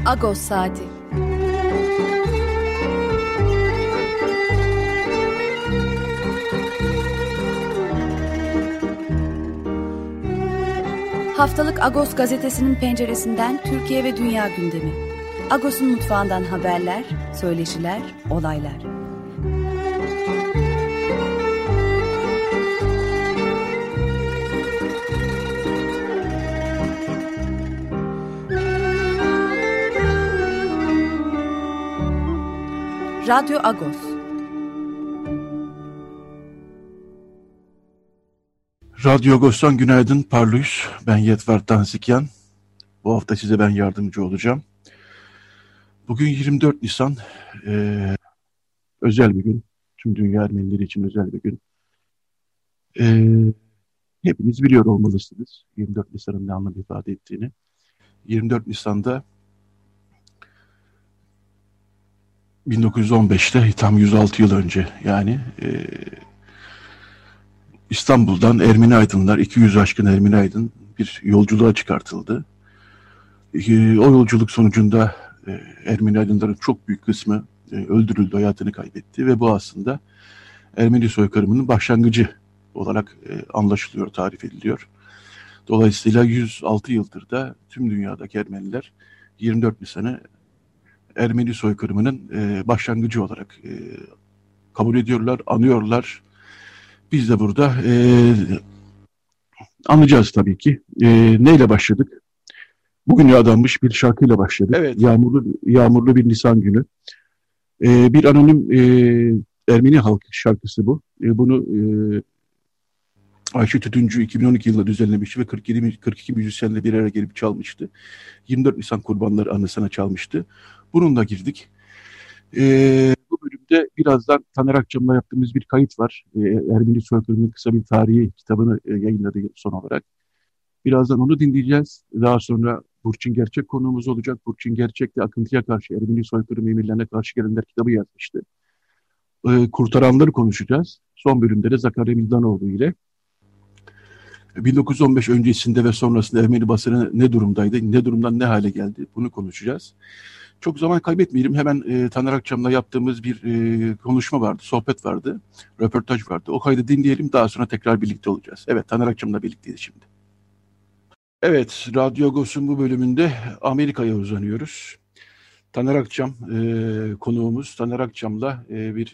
Agos Saati. Haftalık Agos gazetesinin penceresinden Türkiye ve dünya gündemi. Agos'un mutfağından haberler, söyleşiler, olaylar. Radyo Agos. Radyo Agos'tan günaydın, parlıyız. Ben Yetvar Tansikyan. Bu hafta size ben yardımcı olacağım. Bugün 24 Nisan, özel bir gün. Tüm dünya Ermenileri için özel bir gün. Hepiniz biliyor olmalısınız 24 Nisan'ın ne anlam ifade ettiğini. 24 Nisan'da 1915'te tam 106 yıl önce yani İstanbul'dan Ermeni aydınlar, 200 aşkın Ermeni aydın bir yolculuğa çıkartıldı. O yolculuk sonucunda Ermeni aydınların çok büyük kısmı öldürüldü, hayatını kaybetti ve bu aslında Ermeni soykırımının başlangıcı olarak anlaşılıyor, tarif ediliyor. Dolayısıyla 106 yıldır da tüm dünyadaki Ermeniler 24 Nisan'ı Ermeni soykırımının başlangıcı olarak kabul ediyorlar, anıyorlar. Biz de burada anlayacağız tabii ki. Neyle başladık? Bugüne adanmış bir şarkıyla başladık. Evet. Yağmurlu bir Nisan günü. Bir anonim Ermeni halk şarkısı bu. Bunu Ayşe Tütüncü 2012 yılında düzenlemişti ve 42 müzisyenle bir araya gelip çalmıştı. 24 Nisan kurbanları anısına çalmıştı. Bununla girdik. Bu bölümde birazdan Taner Akçam'la yaptığımız bir kayıt var. Ermeni soykırımının kısa bir tarihi kitabını yayınladı son olarak. Birazdan onu dinleyeceğiz. Daha sonra Burçin Gerçek konuğumuz olacak. Burçin Gerçek de akıntıya karşı, Ermeni soykırımı emirlerine karşı gelenler kitabı yazmıştı. Kurtaranları konuşacağız. Son bölümde de Zakarya Mildanoğlu ile 1915 öncesinde ve sonrasında Ermeni basını ne durumdaydı, ne durumdan ne hale geldi bunu konuşacağız. Çok zaman kaybetmeyelim. Hemen Taner Akçam'la yaptığımız bir konuşma vardı, sohbet vardı, röportaj vardı. O kaydı dinleyelim, daha sonra tekrar birlikte olacağız. Evet, Taner Akçam'la birlikteyiz şimdi. Evet, Radyo Agos'un bu bölümünde Amerika'ya uzanıyoruz. Taner Akçam konuğumuz. Taner Akçam'la bir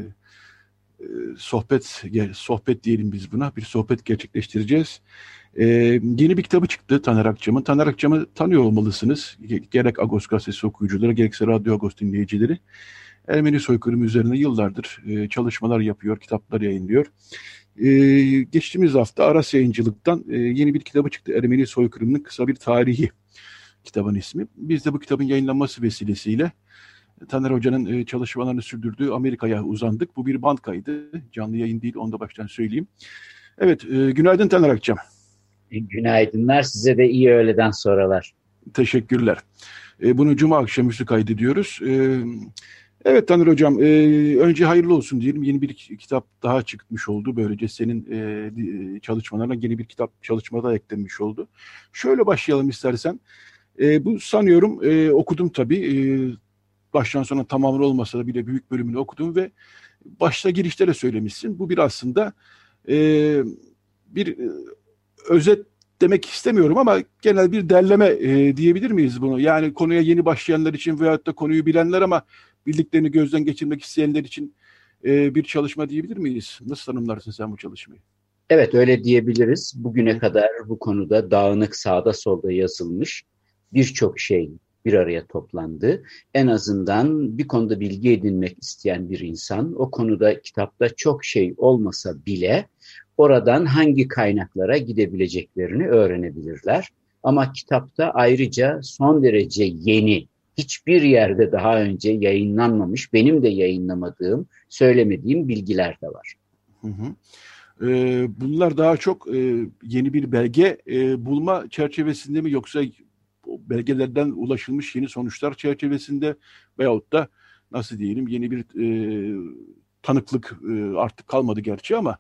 sohbet diyelim biz buna. Bir sohbet gerçekleştireceğiz. Yeni bir kitabı çıktı Taner Akçam'ın. Taner Akçam'ı tanıyor olmalısınız. Gerek Agos gazetesi okuyucuları, gerekse Radyo Agos dinleyicileri. Ermeni soykırımı üzerine yıllardır çalışmalar yapıyor, kitaplar yayınlıyor. Geçtiğimiz hafta Aras Yayıncılık'tan yeni bir kitabı çıktı. Ermeni soykırımının kısa bir tarihi, kitabın ismi. Biz de bu kitabın yayınlanması vesilesiyle Taner Hoca'nın çalışmalarını sürdürdüğü Amerika'ya uzandık. Bu bir band kaydı. Canlı yayın değil, onu da baştan söyleyeyim. Evet, günaydın Taner Akçam. Günaydınlar, size de iyi öğleden sonralar. Teşekkürler. Bunu Cuma akşamüstü kaydediyoruz. Evet Taner Hocam, önce hayırlı olsun diyelim. Yeni bir kitap daha çıkmış oldu. Böylece senin çalışmalarına yeni bir kitap çalışmada eklenmiş oldu. Şöyle başlayalım istersen. Bu sanıyorum okudum tabii. Baştan sona tamamı olmasa da bile büyük bölümünü okudum ve başta girişte de söylemişsin. Bu bir aslında bir özet demek istemiyorum ama genel bir derleme diyebilir miyiz bunu? Yani konuya yeni başlayanlar için veyahut da konuyu bilenler ama bildiklerini gözden geçirmek isteyenler için bir çalışma diyebilir miyiz? Nasıl tanımlarsın sen bu çalışmayı? Evet, öyle diyebiliriz. Bugüne kadar bu konuda dağınık sağda solda yazılmış birçok şey bir araya toplandı. En azından bir konuda bilgi edinmek isteyen bir insan o konuda kitapta çok şey olmasa bile oradan hangi kaynaklara gidebileceklerini öğrenebilirler. Ama kitapta ayrıca son derece yeni, hiçbir yerde daha önce yayınlanmamış, benim de yayınlamadığım, söylemediğim bilgiler de var. Hı hı. Bunlar daha çok yeni bir belge bulma çerçevesinde mi, yoksa belgelerden ulaşılmış yeni sonuçlar çerçevesinde veyahut da nasıl diyelim yeni bir tanıklık artık kalmadı gerçi ama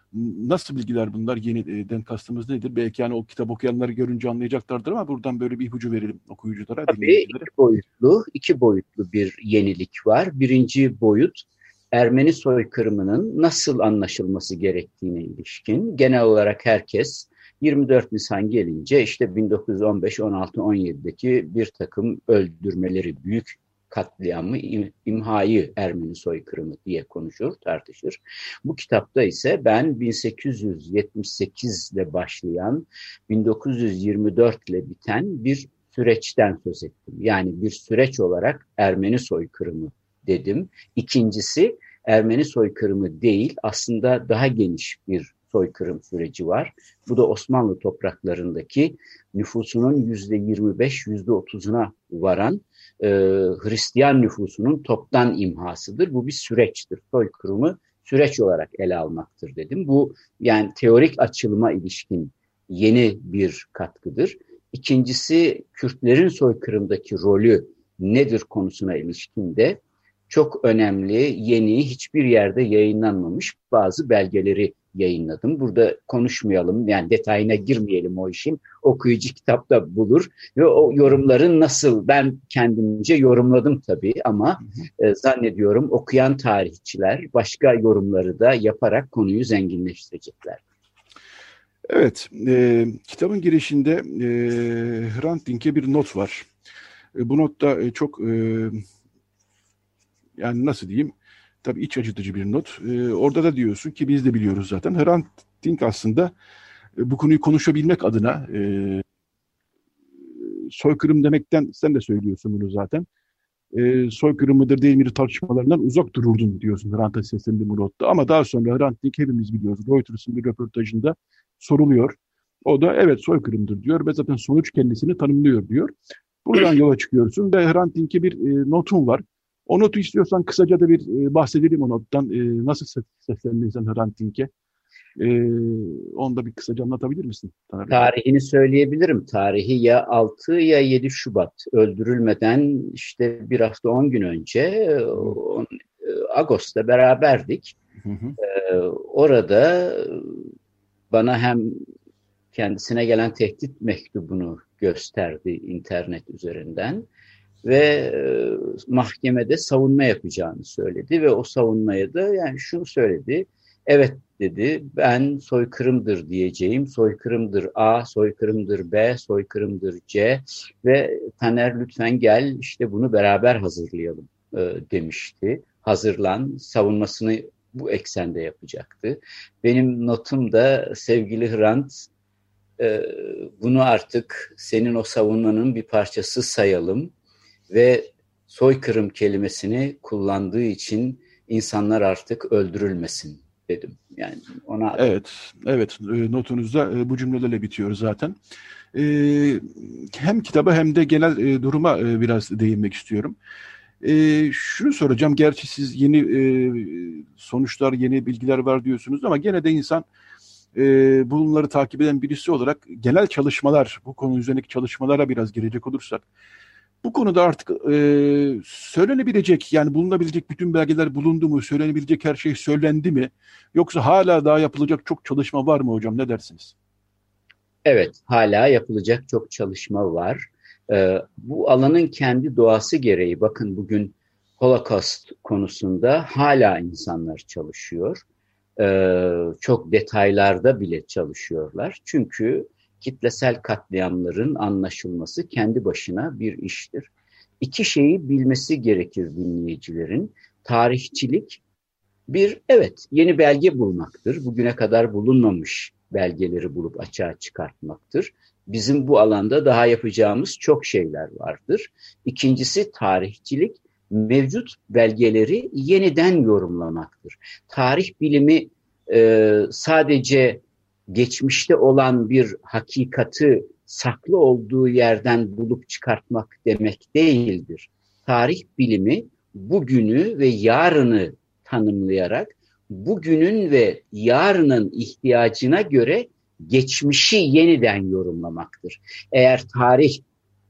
Nasıl bilgiler bunlar? Yeniden kastımız nedir? Belki yani o kitap okuyanları görünce anlayacaklardır ama buradan böyle bir ipucu verelim okuyuculara, Tabii dinleyicilere. iki boyutlu bir yenilik var. Birinci boyut, Ermeni soykırımının nasıl anlaşılması gerektiğine ilişkin. Genel olarak herkes 24 Nisan gelince işte 1915, 16, 17'deki bir takım öldürmeleri, büyük katliamı, imhayı Ermeni soykırımı diye konuşur, tartışır. Bu kitapta ise ben 1878 ile başlayan 1924 ile biten bir süreçten söz ettim. Yani bir süreç olarak Ermeni soykırımı dedim. İkincisi, Ermeni soykırımı değil, aslında daha geniş bir soykırım süreci var. Bu da Osmanlı topraklarındaki nüfusunun %25, %30'una varan Hristiyan nüfusunun toptan imhasıdır. Bu bir süreçtir. Soykırımı süreç olarak ele almaktır dedim. Bu yani teorik açılıma ilişkin yeni bir katkıdır. İkincisi, Kürtlerin soykırımdaki rolü nedir konusuna ilişkin de çok önemli, yeni, hiçbir yerde yayınlanmamış bazı belgeleri yayınladım. Burada konuşmayalım, yani detayına girmeyelim o işin. Okuyucu kitapta bulur ve o yorumların nasıl, ben kendimce yorumladım tabii ama zannediyorum okuyan tarihçiler başka yorumları da yaparak konuyu zenginleştirecekler. Evet, kitabın girişinde Hrant Dink'e bir not var. Bu notta çok yani nasıl diyeyim, tabii iç acıtıcı bir not. Orada da diyorsun ki biz de biliyoruz zaten. Hrant Dink aslında bu konuyu konuşabilmek adına soykırım demekten, sen de söylüyorsun bunu zaten. Soykırım mıdır değil midir tartışmalarından uzak dururdum diyorsun Hrant'a seslendiğim bu notta. Ama daha sonra Hrant Dink, hepimiz biliyoruz, Reuters'ın bir röportajında soruluyor. O da evet soykırımdır diyor ve zaten sonuç kendisini tanımlıyor diyor. Buradan yola çıkıyorsun ve Hrant Dink'e bir notun var. O notu istiyorsan kısaca da bir bahsedelim o nottan. Nasıl seslendin sen Hrant Dink'e? Onu da bir kısaca anlatabilir misin? Tarihini söyleyebilirim. Tarihi ya 6 ya 7 Şubat. Öldürülmeden işte bir hafta 10 gün önce Ağustos'ta beraberdik. Orada bana hem kendisine gelen tehdit mektubunu gösterdi internet üzerinden ve mahkemede savunma yapacağını söyledi ve o savunmaya da yani şunu söyledi. Evet dedi, ben soykırımdır diyeceğim. Soykırımdır A, soykırımdır B, soykırımdır C ve Taner lütfen gel işte bunu beraber hazırlayalım demişti. Hazırlan, savunmasını bu eksende yapacaktı. Benim notum da sevgili Hrant, bunu artık senin o savunmanın bir parçası sayalım ve soykırım kelimesini kullandığı için insanlar artık öldürülmesin dedim. Yani ona evet notunuzda bu cümlelerle bitiyor zaten. Hem kitaba hem de genel duruma biraz değinmek istiyorum. Şunu soracağım, gerçi siz yeni sonuçlar, yeni bilgiler var diyorsunuz ama gene de insan bunları takip eden birisi olarak genel çalışmalar, bu konu üzerindeki çalışmalara biraz girecek olursak, bu konuda artık söylenebilecek, yani bulunabilecek bütün belgeler bulundu mu? Söylenebilecek her şey söylendi mi? Yoksa hala daha yapılacak çok çalışma var mı hocam? Ne dersiniz? Evet, hala yapılacak çok çalışma var. Bu alanın kendi doğası gereği, bakın bugün Holocaust konusunda hala insanlar çalışıyor. Çok detaylarda bile çalışıyorlar. Çünkü kitlesel katliamların anlaşılması kendi başına bir iştir. İki şeyi bilmesi gerekir dinleyicilerin. Tarihçilik evet, yeni belge bulmaktır. Bugüne kadar bulunmamış belgeleri bulup açığa çıkartmaktır. Bizim bu alanda daha yapacağımız çok şeyler vardır. İkincisi, tarihçilik mevcut belgeleri yeniden yorumlamaktır. Tarih bilimi sadece geçmişte olan bir hakikati saklı olduğu yerden bulup çıkartmak demek değildir. Tarih bilimi bugünü ve yarını tanımlayarak bugünün ve yarının ihtiyacına göre geçmişi yeniden yorumlamaktır. Eğer tarih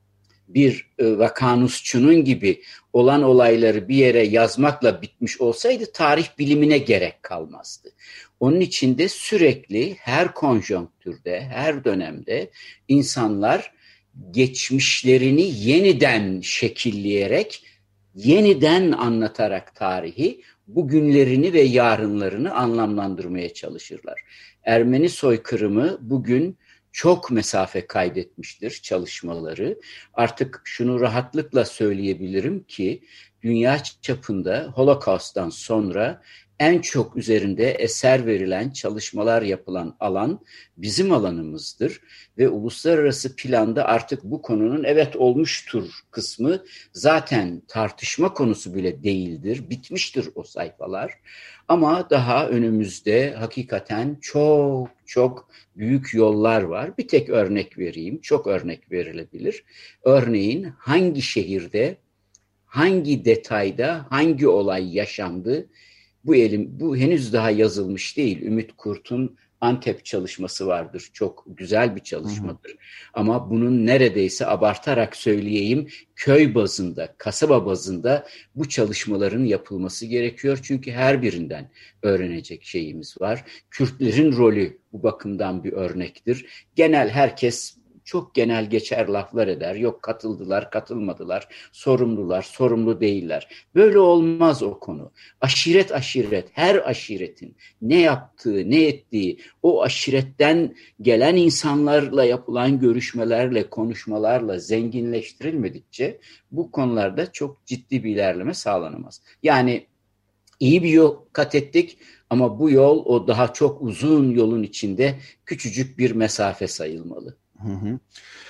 bir vakanusçunun gibi olan olayları bir yere yazmakla bitmiş olsaydı tarih bilimine gerek kalmazdı. Onun için de sürekli her konjonktürde, her dönemde insanlar geçmişlerini yeniden şekilleyerek, yeniden anlatarak tarihi, bugünlerini ve yarınlarını anlamlandırmaya çalışırlar. Ermeni soykırımı bugün çok mesafe kaydetmiştir çalışmaları. Artık şunu rahatlıkla söyleyebilirim ki dünya çapında Holocaust'tan sonra en çok üzerinde eser verilen, çalışmalar yapılan alan bizim alanımızdır. Ve uluslararası planda artık bu konunun evet olmuştur kısmı zaten tartışma konusu bile değildir. Bitmiştir o sayfalar. Ama daha önümüzde hakikaten çok çok büyük yollar var. Bir tek örnek vereyim, çok örnek verilebilir. Örneğin hangi şehirde, hangi detayda, hangi olay yaşandı? Bu henüz daha yazılmış değil. Ümit Kurt'un Antep çalışması vardır. Çok güzel bir çalışmadır. Ama bunun neredeyse abartarak söyleyeyim köy bazında, kasaba bazında bu çalışmaların yapılması gerekiyor. Çünkü her birinden öğrenecek şeyimiz var. Kürtlerin rolü bu bakımdan bir örnektir. Herkes çok genel geçer laflar eder. Yok katıldılar, katılmadılar, sorumlular, sorumlu değiller. Böyle olmaz o konu. Aşiret, her aşiretin ne yaptığı, ne ettiği, o aşiretten gelen insanlarla yapılan görüşmelerle, konuşmalarla zenginleştirilmedikçe bu konularda çok ciddi bir ilerleme sağlanamaz. Yani iyi bir yol kat ettik ama bu yol o daha çok uzun yolun içinde küçücük bir mesafe sayılmalı. Hı hı.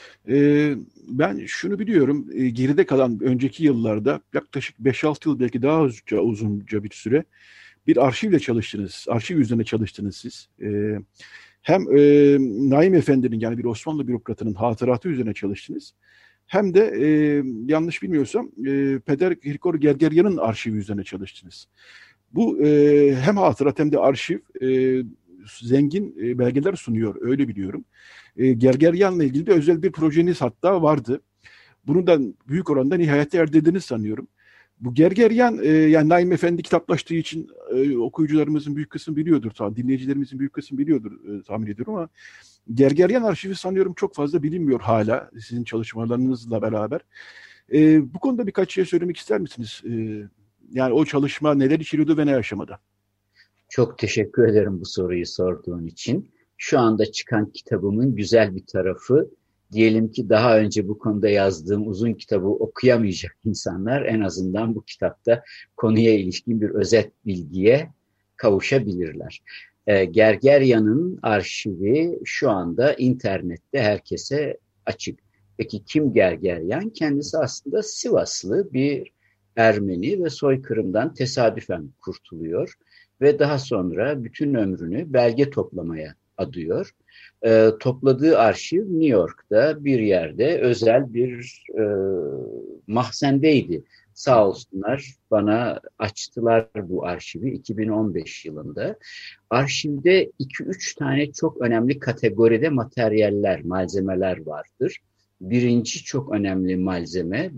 Ben şunu biliyorum, geride kalan önceki yıllarda yaklaşık 5-6 yıl belki daha uzunca bir süre bir arşivle çalıştınız, arşiv üzerine çalıştınız siz. Hem Naim Efendi'nin yani bir Osmanlı bürokratının hatıratı üzerine çalıştınız. Hem de yanlış bilmiyorsam Peder Kirkor Gergeryan'ın arşivi üzerine çalıştınız. Bu hem hatırat hem de arşiv zengin belgeler sunuyor, öyle biliyorum. Gergeryan'la ilgili de özel bir projeniz hatta vardı. Bunu da büyük oranda nihayete erdirdiniz sanıyorum. Bu Gergeryan, yani Naim Efendi kitaplaştığı için okuyucularımızın büyük kısmı biliyordur, dinleyicilerimizin büyük kısmı biliyordur tahmin ediyorum ama Gergeryan arşivi sanıyorum çok fazla bilinmiyor hala sizin çalışmalarınızla beraber. Bu konuda birkaç şey söylemek ister misiniz? Yani o çalışma neler içeriyordu ve ne aşamada? Çok teşekkür ederim bu soruyu sorduğun için. Şu anda çıkan kitabımın güzel bir tarafı, diyelim ki daha önce bu konuda yazdığım uzun kitabı okuyamayacak insanlar en azından bu kitapta konuya ilişkin bir özet bilgiye kavuşabilirler. Gergeryan'ın arşivi şu anda internette herkese açık. Peki kim Gergeryan? Kendisi aslında Sivaslı bir Ermeni ve soykırımdan tesadüfen kurtuluyor ve daha sonra bütün ömrünü belge toplamaya adıyor. Topladığı arşiv New York'ta bir yerde özel bir mahzendeydi. Sağ olsunlar bana açtılar bu arşivi 2015 yılında. Arşivde 2-3 tane çok önemli kategoride malzemeler vardır. Birinci çok önemli malzeme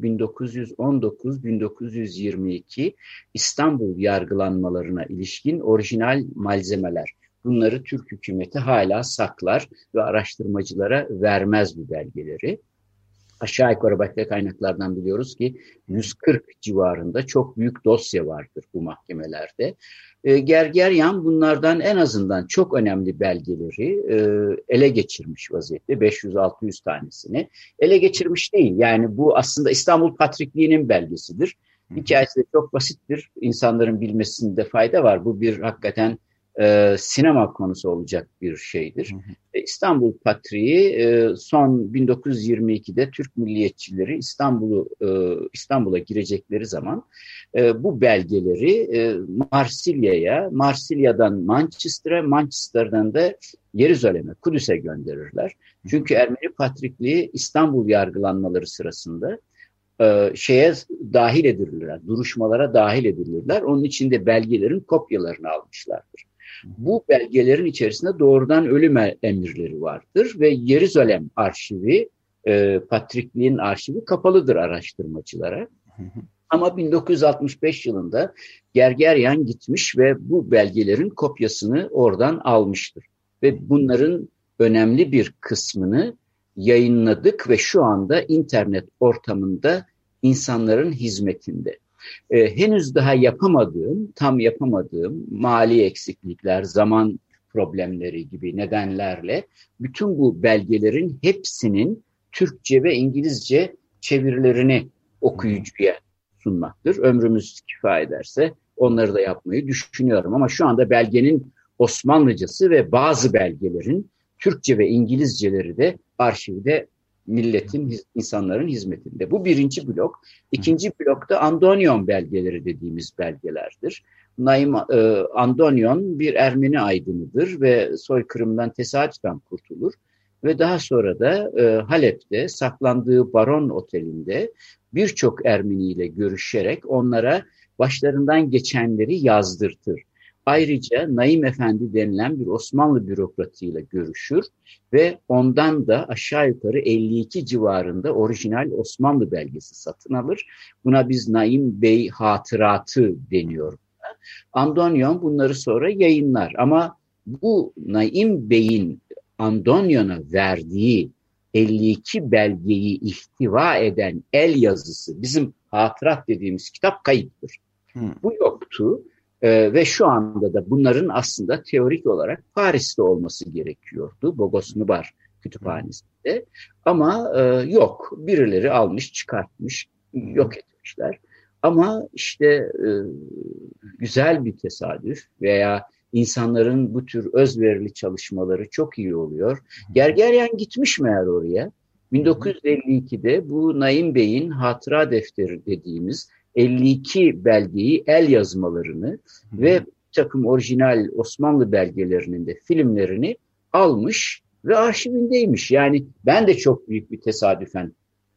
1919-1922 İstanbul yargılanmalarına ilişkin orijinal malzemeler. Bunları Türk hükümeti hala saklar ve araştırmacılara vermez bu belgeleri. Aşağı yukarı başka kaynaklardan biliyoruz ki 140 civarında çok büyük dosya vardır bu mahkemelerde. Gergeryan bunlardan en azından çok önemli belgeleri ele geçirmiş vaziyette. 500-600 tanesini ele geçirmiş değil. Yani bu aslında İstanbul Patrikliği'nin belgesidir. Hikayesi de çok basittir. İnsanların bilmesinde fayda var. Bu bir hakikaten sinema konusu olacak bir şeydir. İstanbul Patriği son 1922'de Türk milliyetçileri İstanbul'a girecekleri zaman bu belgeleri Marsilya'dan Manchester'a, Manchester'dan da Yeruzaleme, Kudüs'e gönderirler. Çünkü Ermeni Patrikliği İstanbul yargılanmaları sırasında dahil edilirler, duruşmalara dahil edilirler. Onun için de belgelerin kopyalarını almışlardır. Bu belgelerin içerisinde doğrudan ölüm emirleri vardır ve Yeruzalem arşivi Patrikliğin arşivi kapalıdır araştırmacılara. Ama 1965 yılında Gergeryan gitmiş ve bu belgelerin kopyasını oradan almıştır. Ve bunların önemli bir kısmını yayınladık ve şu anda internet ortamında insanların hizmetinde. Henüz daha tam yapamadığım mali eksiklikler, zaman problemleri gibi nedenlerle bütün bu belgelerin hepsinin Türkçe ve İngilizce çevirilerini okuyucuya sunmaktır. Ömrümüz kifayet ederse onları da yapmayı düşünüyorum. Ama şu anda belgenin Osmanlıcası ve bazı belgelerin Türkçe ve İngilizceleri de arşivde insanların hizmetinde. Bu birinci blok. İkinci blokta Andonion belgeleri dediğimiz belgelerdir. Andonion bir Ermeni aydınıdır ve soykırımdan tesadüfen kurtulur. Ve daha sonra da Halep'te saklandığı Baron Oteli'nde birçok Ermeni ile görüşerek onlara başlarından geçenleri yazdırtır. Ayrıca Naim Efendi denilen bir Osmanlı bürokratıyla görüşür ve ondan da aşağı yukarı 52 civarında orijinal Osmanlı belgesi satın alır. Buna biz Naim Bey hatıratı deniyor. Andonion bunları sonra yayınlar ama bu Naim Bey'in Andonion'a verdiği 52 belgeyi ihtiva eden el yazısı, bizim hatırat dediğimiz kitap kayıptır. Bu yoktu ve şu anda da bunların aslında teorik olarak Paris'te olması gerekiyordu. Bogos Nubar kütüphanesinde ama yok. Birileri almış, çıkartmış, yok etmişler. Ama işte güzel bir tesadüf veya İnsanların bu tür özverili çalışmaları çok iyi oluyor. Gergeryan gitmiş meğer oraya. 1952'de bu Naim Bey'in hatıra defteri dediğimiz 52 belgeyi, el yazmalarını ve bir takım orijinal Osmanlı belgelerinin de filmlerini almış ve arşivindeymiş. Yani ben de çok büyük bir tesadüfen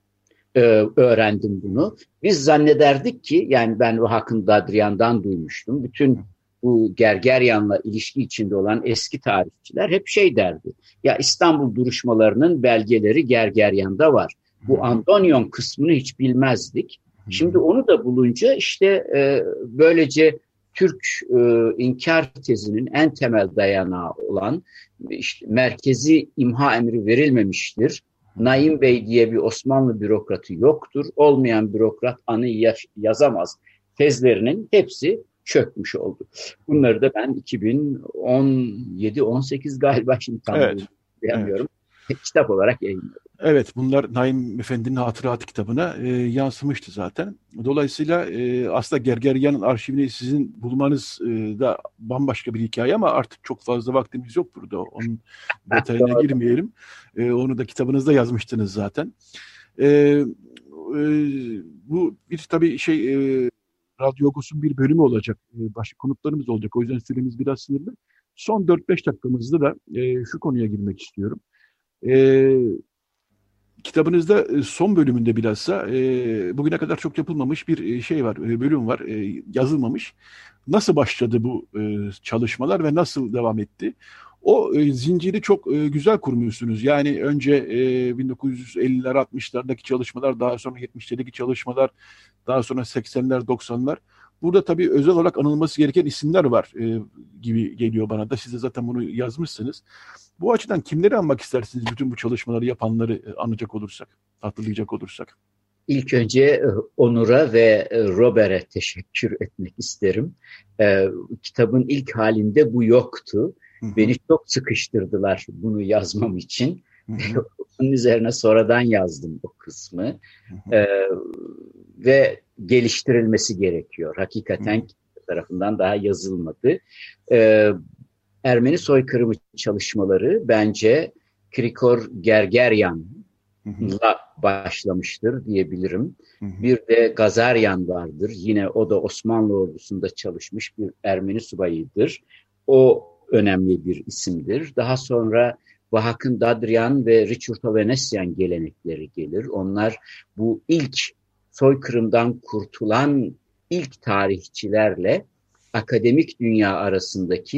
öğrendim bunu. Biz zannederdik ki, yani ben Vahakın Dadriyan'dan duymuştum. Bütün bu Gergeryan'la ilişki içinde olan eski tarihçiler hep şey derdi. Ya İstanbul duruşmalarının belgeleri Gergeryan'da var. Bu Andonion kısmını hiç bilmezdik. Şimdi onu da bulunca işte böylece Türk inkar tezinin en temel dayanağı olan işte merkezi imha emri verilmemiştir. Naim Bey diye bir Osmanlı bürokratı yoktur. Olmayan bürokrat anı yazamaz. Tezlerinin hepsi çökmüş oldu. Bunları da ben 2017-18 galiba şimdi tam bilmiyorum. Kitap olarak yayınladım. Evet, bunlar Naim Efendi'nin hatıratı kitabına yansımıştı zaten. Dolayısıyla aslında Gergeryan'ın arşivini sizin bulmanız da bambaşka bir hikaye ama artık çok fazla vaktimiz yok burada. Onun detayına girmeyelim. Onu da kitabınızda yazmıştınız zaten. Bu bir tabii Radyo Agos'un bir bölümü olacak. Başka konuklarımız olacak. O yüzden süremiz biraz sınırlı. Son 4-5 dakikamızda da şu konuya girmek istiyorum. Kitabınızda son bölümünde bilhassa bugüne kadar çok yapılmamış bir bölüm var, yazılmamış. Nasıl başladı bu çalışmalar ve nasıl devam etti? O zinciri çok güzel kurmuşsunuz. Yani önce 1950'ler, 60'lardaki çalışmalar, daha sonra 70'lerdeki çalışmalar, daha sonra 80'ler, 90'lar. Burada tabii özel olarak anılması gereken isimler var gibi geliyor bana da. Siz de zaten bunu yazmışsınız. Bu açıdan kimleri anmak istersiniz bütün bu çalışmaları yapanları anacak olursak, hatırlayacak olursak? İlk önce Onur'a ve Robert'e teşekkür etmek isterim. Kitabın ilk halinde bu yoktu. Beni çok sıkıştırdılar bunu yazmam için. Onun üzerine sonradan yazdım o kısmı. Ve geliştirilmesi gerekiyor. Hakikaten tarafından daha yazılmadı. Ermeni soykırımı çalışmaları bence Krikor Gergeryan'la başlamıştır diyebilirim. Bir de Gazaryan vardır. Yine o da Osmanlı ordusunda çalışmış bir Ermeni subayıdır. O önemli bir isimdir. Daha sonra Vahakın Dadriyan ve Richard Ovanesyan gelenekleri gelir. Onlar bu ilk soykırımdan kurtulan ilk tarihçilerle akademik dünya arasındaki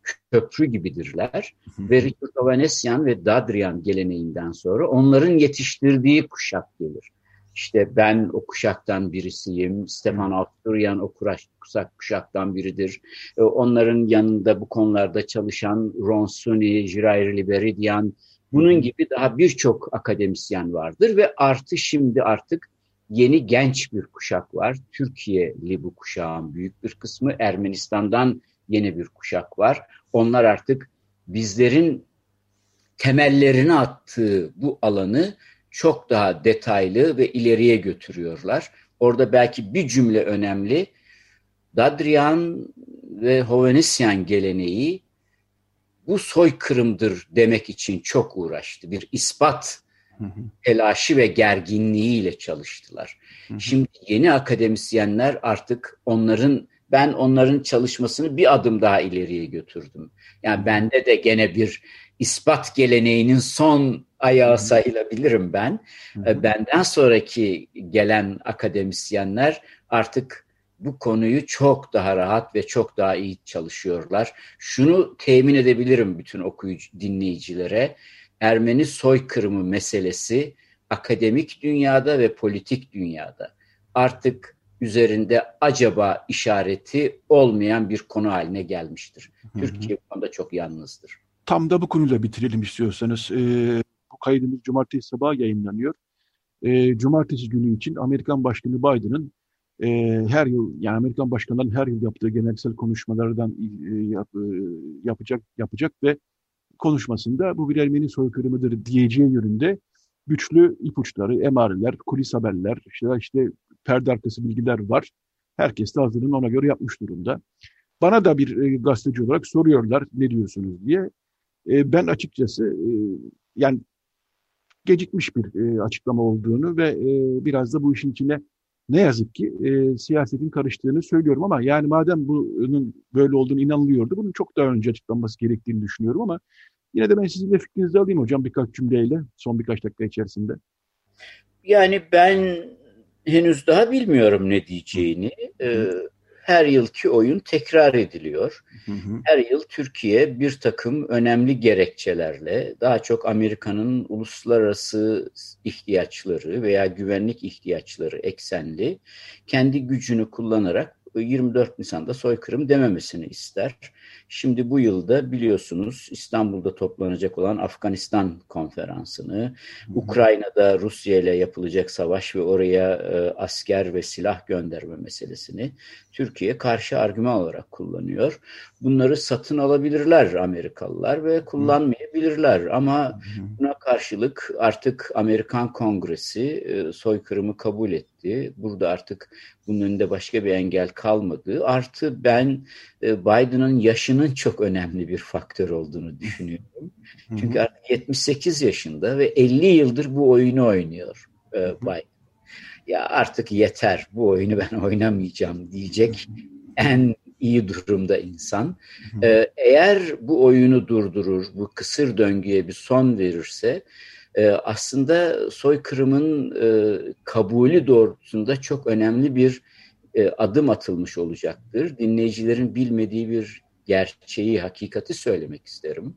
köprü gibidirler. Ve Richard Ovanesyan ve Dadrian geleneğinden sonra onların yetiştirdiği kuşak gelir. İşte ben o kuşaktan birisiyim. Stefan Arturian o kuşaktan biridir. Onların yanında bu konularda çalışan Ron Sunny, Jair Liberidian, bunun gibi daha birçok akademisyen vardır ve şimdi artık yeni genç bir kuşak var. Türkiye'li bu kuşağın büyük bir kısmı, Ermenistan'dan yeni bir kuşak var. Onlar artık bizlerin temellerini attığı bu alanı çok daha detaylı ve ileriye götürüyorlar. Orada belki bir cümle önemli. Dadrian ve Hovhannisyan geleneği bu soykırımdır demek için çok uğraştı. Bir ispat telaşı ve gerginliğiyle çalıştılar. Şimdi yeni akademisyenler artık ben onların çalışmasını bir adım daha ileriye götürdüm. Yani bende de gene bir ispat geleneğinin son ayağı sayılabilirim ben. Benden sonraki gelen akademisyenler artık bu konuyu çok daha rahat ve çok daha iyi çalışıyorlar. Şunu temin edebilirim bütün dinleyicilere. Ermeni soykırımı meselesi akademik dünyada ve politik dünyada artık üzerinde acaba işareti olmayan bir konu haline gelmiştir. Türkiye bu konuda çok yalnızdır. Tam da bu konuyla bitirelim istiyorsanız. Bu kaydımız cumartesi sabahı yayınlanıyor. Cumartesi günü için Amerikan Başkanı Biden'ın her yıl, yani Amerikan başkanlarının her yıl yaptığı geleneksel konuşmalardan yapacak ve konuşmasında bu bir Ermeni soykırımıdır diyeceği yönünde güçlü ipuçları, emareler, kulis haberler, işte perde arkası bilgiler var. Herkes de hazırlığını ona göre yapmış durumda. Bana da bir gazeteci olarak soruyorlar ne diyorsunuz diye. Ben açıkçası yani gecikmiş bir açıklama olduğunu ve biraz da bu işin içine ne yazık ki siyasetin karıştığını söylüyorum ama yani madem bunun böyle olduğunu inanılıyordu, bunun çok daha önce açıklanması gerektiğini düşünüyorum ama yine de ben sizin de fikrinizi alayım hocam birkaç cümleyle son birkaç dakika içerisinde. Yani ben henüz daha bilmiyorum ne diyeceğini. Her yılki oyun tekrar ediliyor. Her yıl Türkiye bir takım önemli gerekçelerle daha çok Amerika'nın uluslararası ihtiyaçları veya güvenlik ihtiyaçları eksenli kendi gücünü kullanarak 24 Nisan'da soykırım dememesini ister. Şimdi bu yılda biliyorsunuz İstanbul'da toplanacak olan Afganistan konferansını, Ukrayna'da Rusya ile yapılacak savaş ve oraya asker ve silah gönderme meselesini Türkiye karşı argüman olarak kullanıyor. Bunları satın alabilirler Amerikalılar ve kullanmayabilirler ama buna karşılık artık Amerikan Kongresi soykırımı kabul etti. Burada artık bunun önünde başka bir engel kalmadı. Artı ben Biden'ın yaşının çok önemli bir faktör olduğunu düşünüyorum. Çünkü artık 78 yaşında ve 50 yıldır bu oyunu oynuyor Biden. Ya artık yeter, bu oyunu ben oynamayacağım diyecek en iyi durumda insan. Eğer bu oyunu durdurur, bu kısır döngüye bir son verirse aslında soykırımın kabulü doğrultusunda çok önemli bir adım atılmış olacaktır. Dinleyicilerin bilmediği bir gerçeği, hakikati söylemek isterim.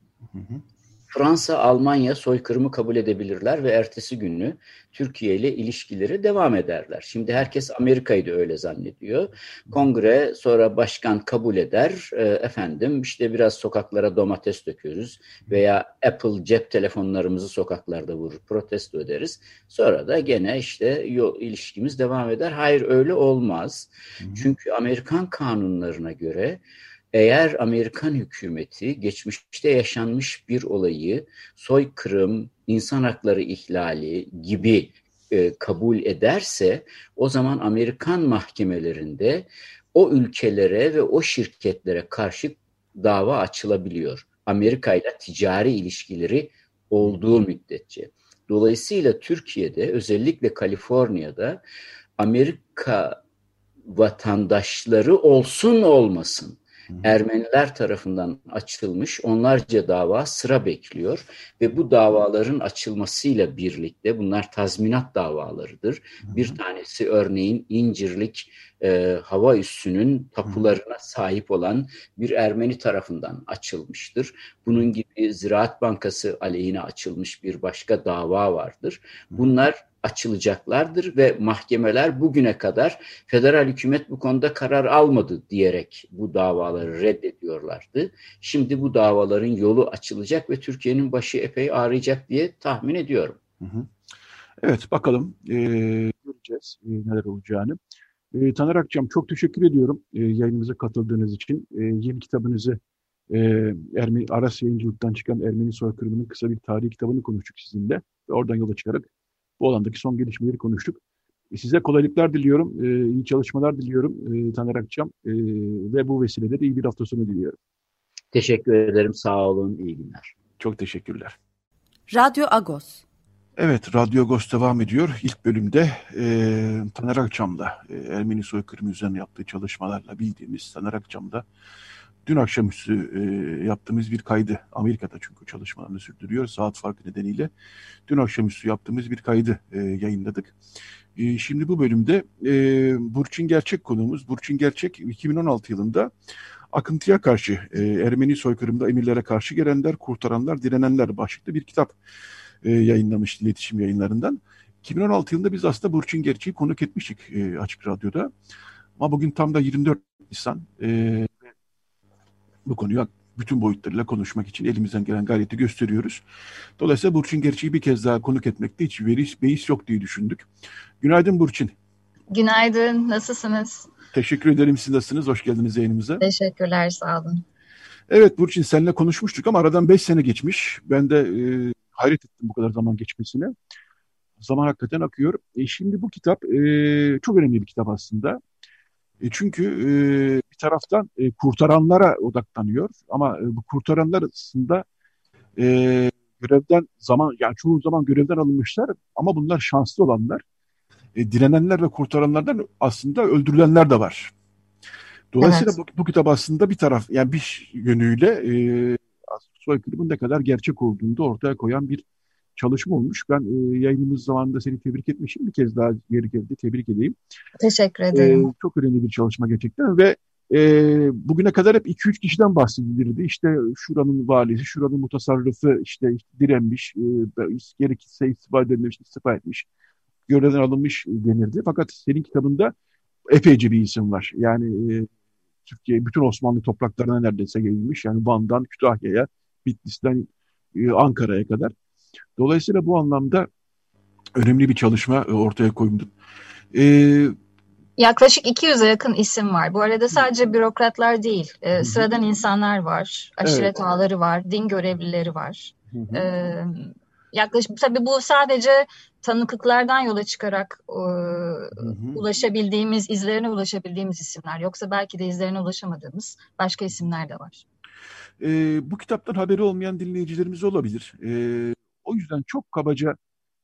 Fransa, Almanya soykırımı kabul edebilirler ve ertesi günü Türkiye ile ilişkileri devam ederler. Şimdi herkes Amerika'yı da öyle zannediyor. Kongre sonra başkan kabul eder. Efendim işte biraz sokaklara domates döküyoruz veya Apple cep telefonlarımızı sokaklarda vurur, protesto ederiz. Sonra da gene işte ilişkimiz devam eder. Hayır öyle olmaz. Çünkü Amerikan kanunlarına göre eğer Amerikan hükümeti geçmişte yaşanmış bir olayı soykırım, insan hakları ihlali gibi kabul ederse o zaman Amerikan mahkemelerinde o ülkelere ve o şirketlere karşı dava açılabiliyor. Amerika ile ticari ilişkileri olduğu müddetçe. Dolayısıyla Türkiye'de özellikle Kaliforniya'da Amerika vatandaşları olsun olmasın Ermeniler tarafından açılmış onlarca dava sıra bekliyor ve bu davaların açılmasıyla birlikte bunlar tazminat davalarıdır. Bir tanesi örneğin İncirlik hava üssünün tapularına sahip olan bir Ermeni tarafından açılmıştır. Bunun gibi Ziraat Bankası aleyhine açılmış bir başka dava vardır. Bunlar açılacaklardır ve mahkemeler bugüne kadar federal hükümet bu konuda karar almadı diyerek bu davaları reddediyorlardı. Şimdi bu davaların yolu açılacak ve Türkiye'nin başı epey ağrıyacak diye tahmin ediyorum. Evet, bakalım göreceğiz neler olacağını. Taner Akçam, çok teşekkür ediyorum yayınımıza katıldığınız için. Yeni kitabınızı Aras Yayıncılık'tan çıkan Ermeni Soykırımı'nın kısa bir tarihi kitabını konuştuk sizinle. Ve oradan yola çıkarak bu alandaki son gelişmeleri konuştuk. Size kolaylıklar diliyorum, iyi çalışmalar diliyorum Taner Akçam ve bu vesileyle de iyi bir hafta sonu diliyorum. Teşekkür ederim, sağ olun, iyi günler. Çok teşekkürler. Radyo Agos. Evet, Radyo Agos devam ediyor. İlk bölümde Taner Akçam'da Ermeni soykırımı üzerine yaptığı çalışmalarla bildiğimiz Taner Akçam'da dün akşamüstü yaptığımız bir kaydı, Amerika'da çünkü çalışmalarını sürdürüyor saat farkı nedeniyle, dün akşamüstü yaptığımız bir kaydı yayınladık. Şimdi bu bölümde Burçin Gerçek konuğumuz. Burçin Gerçek 2016 yılında akıntıya karşı Ermeni soykırımında emirlere karşı gelenler, kurtaranlar, direnenler başlıklı bir kitap yayınlamıştı iletişim yayınlarından. 2016 yılında biz aslında Burçin Gerçek'i konuk etmiştik Açık Radyo'da. Ama bugün tam da 24 Nisan bu konuyu bütün boyutlarıyla konuşmak için elimizden gelen gayreti gösteriyoruz. Dolayısıyla Burçin Gerçek'i bir kez daha konuk etmekte hiç beis yok diye düşündük. Günaydın Burçin. Günaydın, nasılsınız? Teşekkür ederim, siz nasılsınız? Hoş geldiniz yayınımıza. Teşekkürler, sağ olun. Evet Burçin, seninle konuşmuştuk ama aradan 5 sene geçmiş. Ben de hayret ettim bu kadar zaman geçmesine. Zaman hakikaten akıyor. Şimdi bu kitap çok önemli bir kitap aslında. Çünkü bir taraftan kurtaranlara odaklanıyor ama bu kurtaranlar aslında görevden yani çoğu zaman görevden alınmışlar ama bunlar şanslı olanlar. Direnenler ve kurtaranlardan aslında öldürülenler de var. Dolayısıyla evet, bu kitap aslında bir taraf, yani bir yönüyle soykırımın ne kadar gerçek olduğunu da ortaya koyan bir çalışma olmuş. Ben yayınımız zamanında seni tebrik etmişim. Bir kez daha yeri geldi, tebrik edeyim. Teşekkür ederim. Çok önemli bir çalışma gerçekten ve bugüne kadar hep 2-3 kişiden bahsedilirdi. İşte şuranın valisi, şuranın mutasarrıfı işte direnmiş, gerekirse istifa edilmiş, istifa etmiş, görevden alınmış denirdi. Fakat senin kitabında epeyce bir isim var. Yani Türkiye bütün Osmanlı topraklarına neredeyse yayılmış. Yani Van'dan Kütahya'ya, Bitlis'ten Ankara'ya kadar. Dolayısıyla bu anlamda önemli bir çalışma ortaya koyuldu. Yaklaşık 200'e yakın isim var. Bu arada sadece bürokratlar değil, sıradan insanlar var, aşiret ağaları var, din görevlileri var. Yaklaşık, tabii bu sadece tanıklıklardan yola çıkarak ulaşabildiğimiz, izlerine ulaşabildiğimiz isimler. Yoksa belki de izlerine ulaşamadığımız başka isimler de var. Bu kitaptan haberi olmayan dinleyicilerimiz olabilir. O yüzden çok kabaca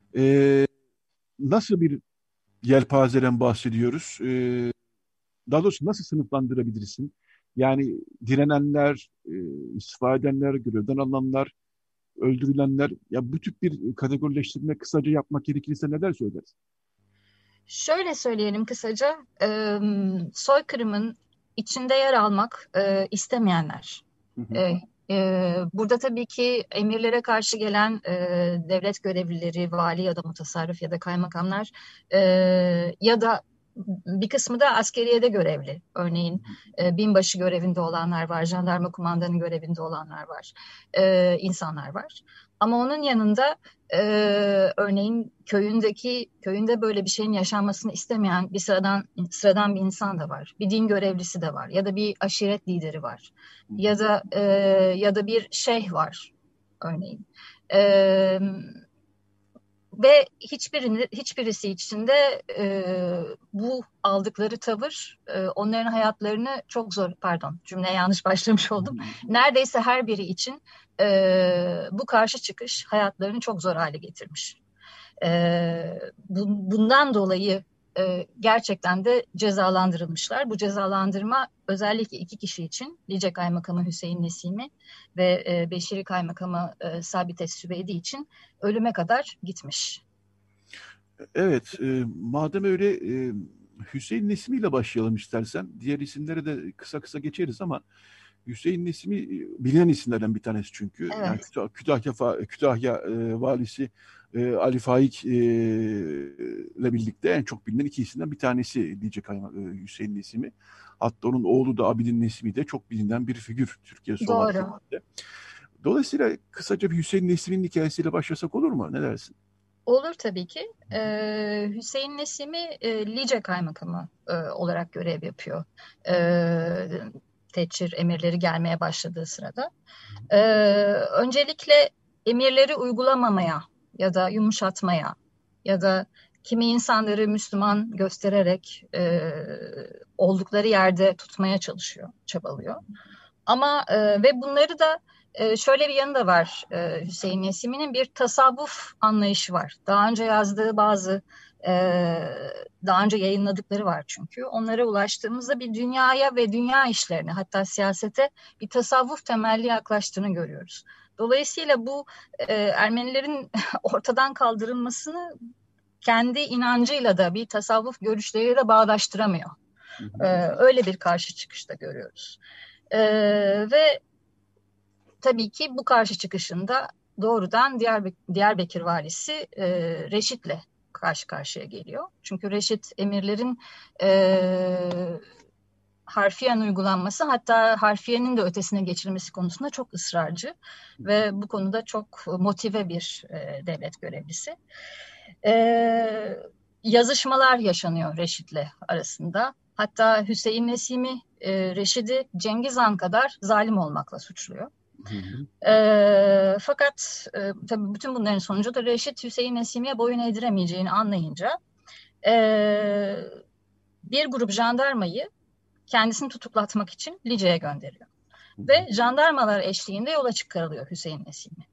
nasıl bir yelpazeden bahsediyoruz? Daha doğrusu nasıl sınıflandırabilirsin? Yani direnenler, istifa edenler, görevden alınanlar, öldürülenler, ya bu tip bir kategorileştirme kısaca yapmak gerekirse neler söyleriz? Şöyle söyleyelim kısaca, soykırımın içinde yer almak istemeyenler. Burada tabii ki emirlere karşı gelen devlet görevlileri, vali ya da mutasarrıf ya da kaymakamlar ya da bir kısmı da askeriyede görevli. Örneğin binbaşı görevinde olanlar var, jandarma kumandanı görevinde olanlar var, insanlar var. Ama onun yanında örneğin köyünde böyle bir şeyin yaşanmasını istemeyen bir sıradan bir insan da var. Bir din görevlisi de var ya da bir aşiret lideri var. Ya da bir şeyh var örneğin. Ve hiçbirisi için de bu aldıkları tavır onların hayatlarını çok zor, cümleye yanlış başlamış oldum. Neredeyse her biri için bu karşı çıkış hayatlarını çok zor hale getirmiş. Bundan dolayı gerçekten de cezalandırılmışlar. Bu cezalandırma özellikle 2 kişi için, Lice Kaymakamı Hüseyin Nesimi ve Beşiri Kaymakamı Sabite Süveydi için ölüme kadar gitmiş. Evet, madem öyle Hüseyin Nesimi ile başlayalım istersen. Diğer isimleri de kısa kısa geçeriz ama Hüseyin Nesimi bilinen isimlerden bir tanesi çünkü. Evet. Yani Kütahya valisi Ali Faik ile birlikte en çok bilinen 2 isimden bir tanesi diyecek Hüseyin Nesimi. Hatta onun oğlu da Abidin Nesimi de çok bilinen bir figür Türkiye Soğan tarihinde. Dolayısıyla kısaca bir Hüseyin Nesimi'nin hikayesiyle başlasak olur mu? Ne dersin? Olur tabii ki. Hüseyin Nesimi Lice Kaymakamı olarak görev yapıyor. Teçhir emirleri gelmeye başladığı sırada. Öncelikle emirleri uygulamamaya ya da yumuşatmaya ya da kimi insanları Müslüman göstererek oldukları yerde tutmaya çalışıyor, çabalıyor. Ama ve bunları da şöyle bir yanı da var, Hüseyin Nesimi'nin bir tasavvuf anlayışı var. Daha önce yazdığı bazı, daha önce yayınladıkları var çünkü. Onlara ulaştığımızda bir dünyaya ve dünya işlerine, hatta siyasete bir tasavvuf temelli yaklaştığını görüyoruz. Dolayısıyla bu Ermenilerin ortadan kaldırılmasını kendi inancıyla da bir tasavvuf görüşleriyle de bağdaştıramıyor. Öyle bir karşı çıkışta görüyoruz. Ve tabii ki bu karşı çıkışında doğrudan Diyarbakır valisi Reşit'le karşı karşıya geliyor. Çünkü Reşit emirlerin harfiyen uygulanması, hatta harfiyenin de ötesine geçirilmesi konusunda çok ısrarcı ve bu konuda çok motive bir devlet görevlisi. Yazışmalar yaşanıyor Reşit'le arasında. Hatta Hüseyin Nesimi Reşid'i Cengiz Han kadar zalim olmakla suçluyor. Fakat tabii bütün bunların sonucu da Reşit Hüseyin Nesimi'ye boyun eğdiremeyeceğini anlayınca bir grup jandarmayı kendisini tutuklatmak için Lice'ye gönderiyor. Ve jandarmalar eşliğinde yola çıkarılıyor Hüseyin Nesimi.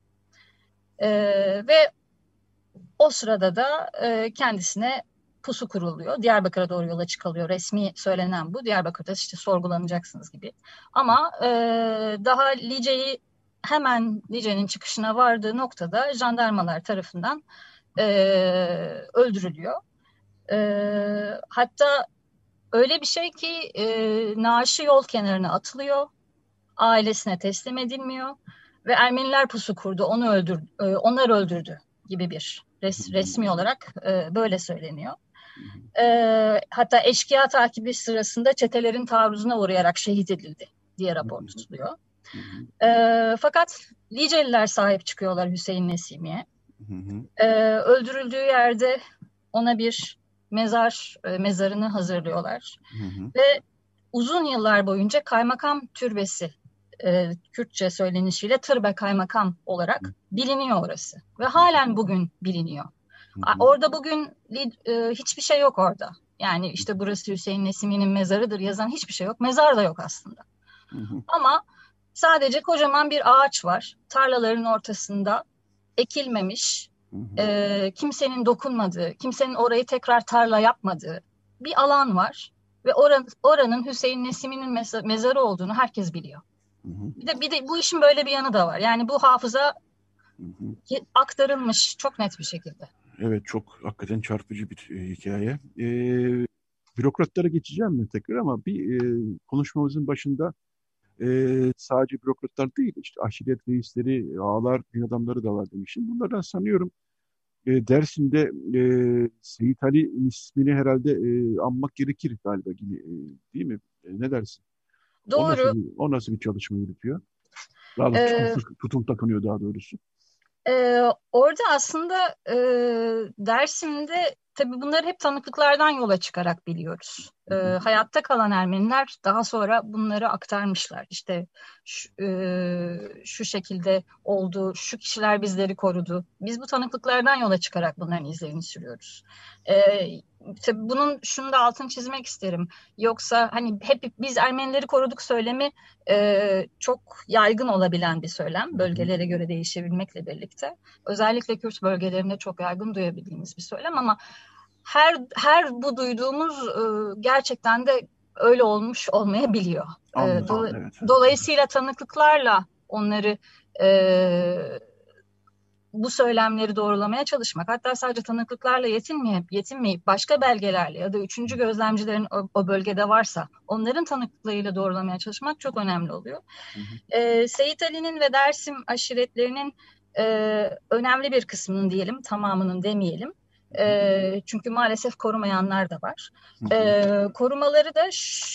Ve o sırada da kendisine pusu kuruluyor. Diyarbakır'a doğru yola çıkılıyor. Resmi söylenen bu. Diyarbakır'da işte sorgulanacaksınız gibi. Ama daha Lice'nin çıkışına vardığı noktada jandarmalar tarafından öldürülüyor. Hatta öyle bir şey ki naaşı yol kenarına atılıyor. Ailesine teslim edilmiyor. Ve Ermeniler pusu kurdu. Onlar öldürdü gibi bir resmi olarak böyle söyleniyor. Hatta eşkıya takibi sırasında çetelerin taarruzuna uğrayarak şehit edildi diye rapor tutuluyor. Fakat Liceliler sahip çıkıyorlar Hüseyin Nesimi'ye. Öldürüldüğü yerde ona bir mezarını hazırlıyorlar. Ve uzun yıllar boyunca kaymakam türbesi, Kürtçe söylenişiyle Tırbe Kaymakam olarak biliniyor orası. Ve halen bugün biliniyor. Orada bugün hiçbir şey yok orada. Yani işte burası Hüseyin Nesimi'nin mezarıdır yazan hiçbir şey yok. Mezar da yok aslında. Ama sadece kocaman bir ağaç var. Tarlaların ortasında ekilmemiş, kimsenin dokunmadığı, kimsenin orayı tekrar tarla yapmadığı bir alan var. Ve oranın Hüseyin Nesimi'nin mezarı olduğunu herkes biliyor. Bir de bu işin böyle bir yanı da var. Yani bu hafıza aktarılmış çok net bir şekilde. Evet, çok hakikaten çarpıcı bir hikaye. Bürokratlara geçeceğim mi tekrar ama bir konuşmamızın başında sadece bürokratlar değil, işte aşiret reisleri, ağalar, din adamları da var demişim. Bunlardan sanıyorum Dersim'de Seyit Ali ismini herhalde anmak gerekir galiba gibi, değil mi? Ne dersin? Doğru. O nasıl bir çalışma yürütüyor? Daha tutum takınıyor daha doğrusu. Orada aslında Dersim'de tabii bunları hep tanıklıklardan yola çıkarak biliyoruz. Hayatta kalan Ermeniler daha sonra bunları aktarmışlar. İşte şu şekilde oldu, şu kişiler bizleri korudu. Biz bu tanıklıklardan yola çıkarak bunların izlerini sürüyoruz. Tabii bunun şunu da altını çizmek isterim. Yoksa hani hep biz Ermenileri koruduk söylemi çok yaygın olabilen bir söylem. Bölgelere göre değişebilmekle birlikte. Özellikle Kürt bölgelerinde çok yaygın duyabildiğimiz bir söylem ama her bu duyduğumuz gerçekten de öyle olmuş olmayabiliyor. Evet. Dolayısıyla tanıklıklarla onları bu söylemleri doğrulamaya çalışmak, hatta sadece tanıklıklarla yetinmeyip başka belgelerle ya da üçüncü gözlemcilerin o bölgede varsa onların tanıklıklarıyla doğrulamaya çalışmak çok önemli oluyor. Seyit Ali'nin ve Dersim aşiretlerinin önemli bir kısmının diyelim, tamamının demeyelim. Çünkü maalesef korumayanlar da var. Korumaları da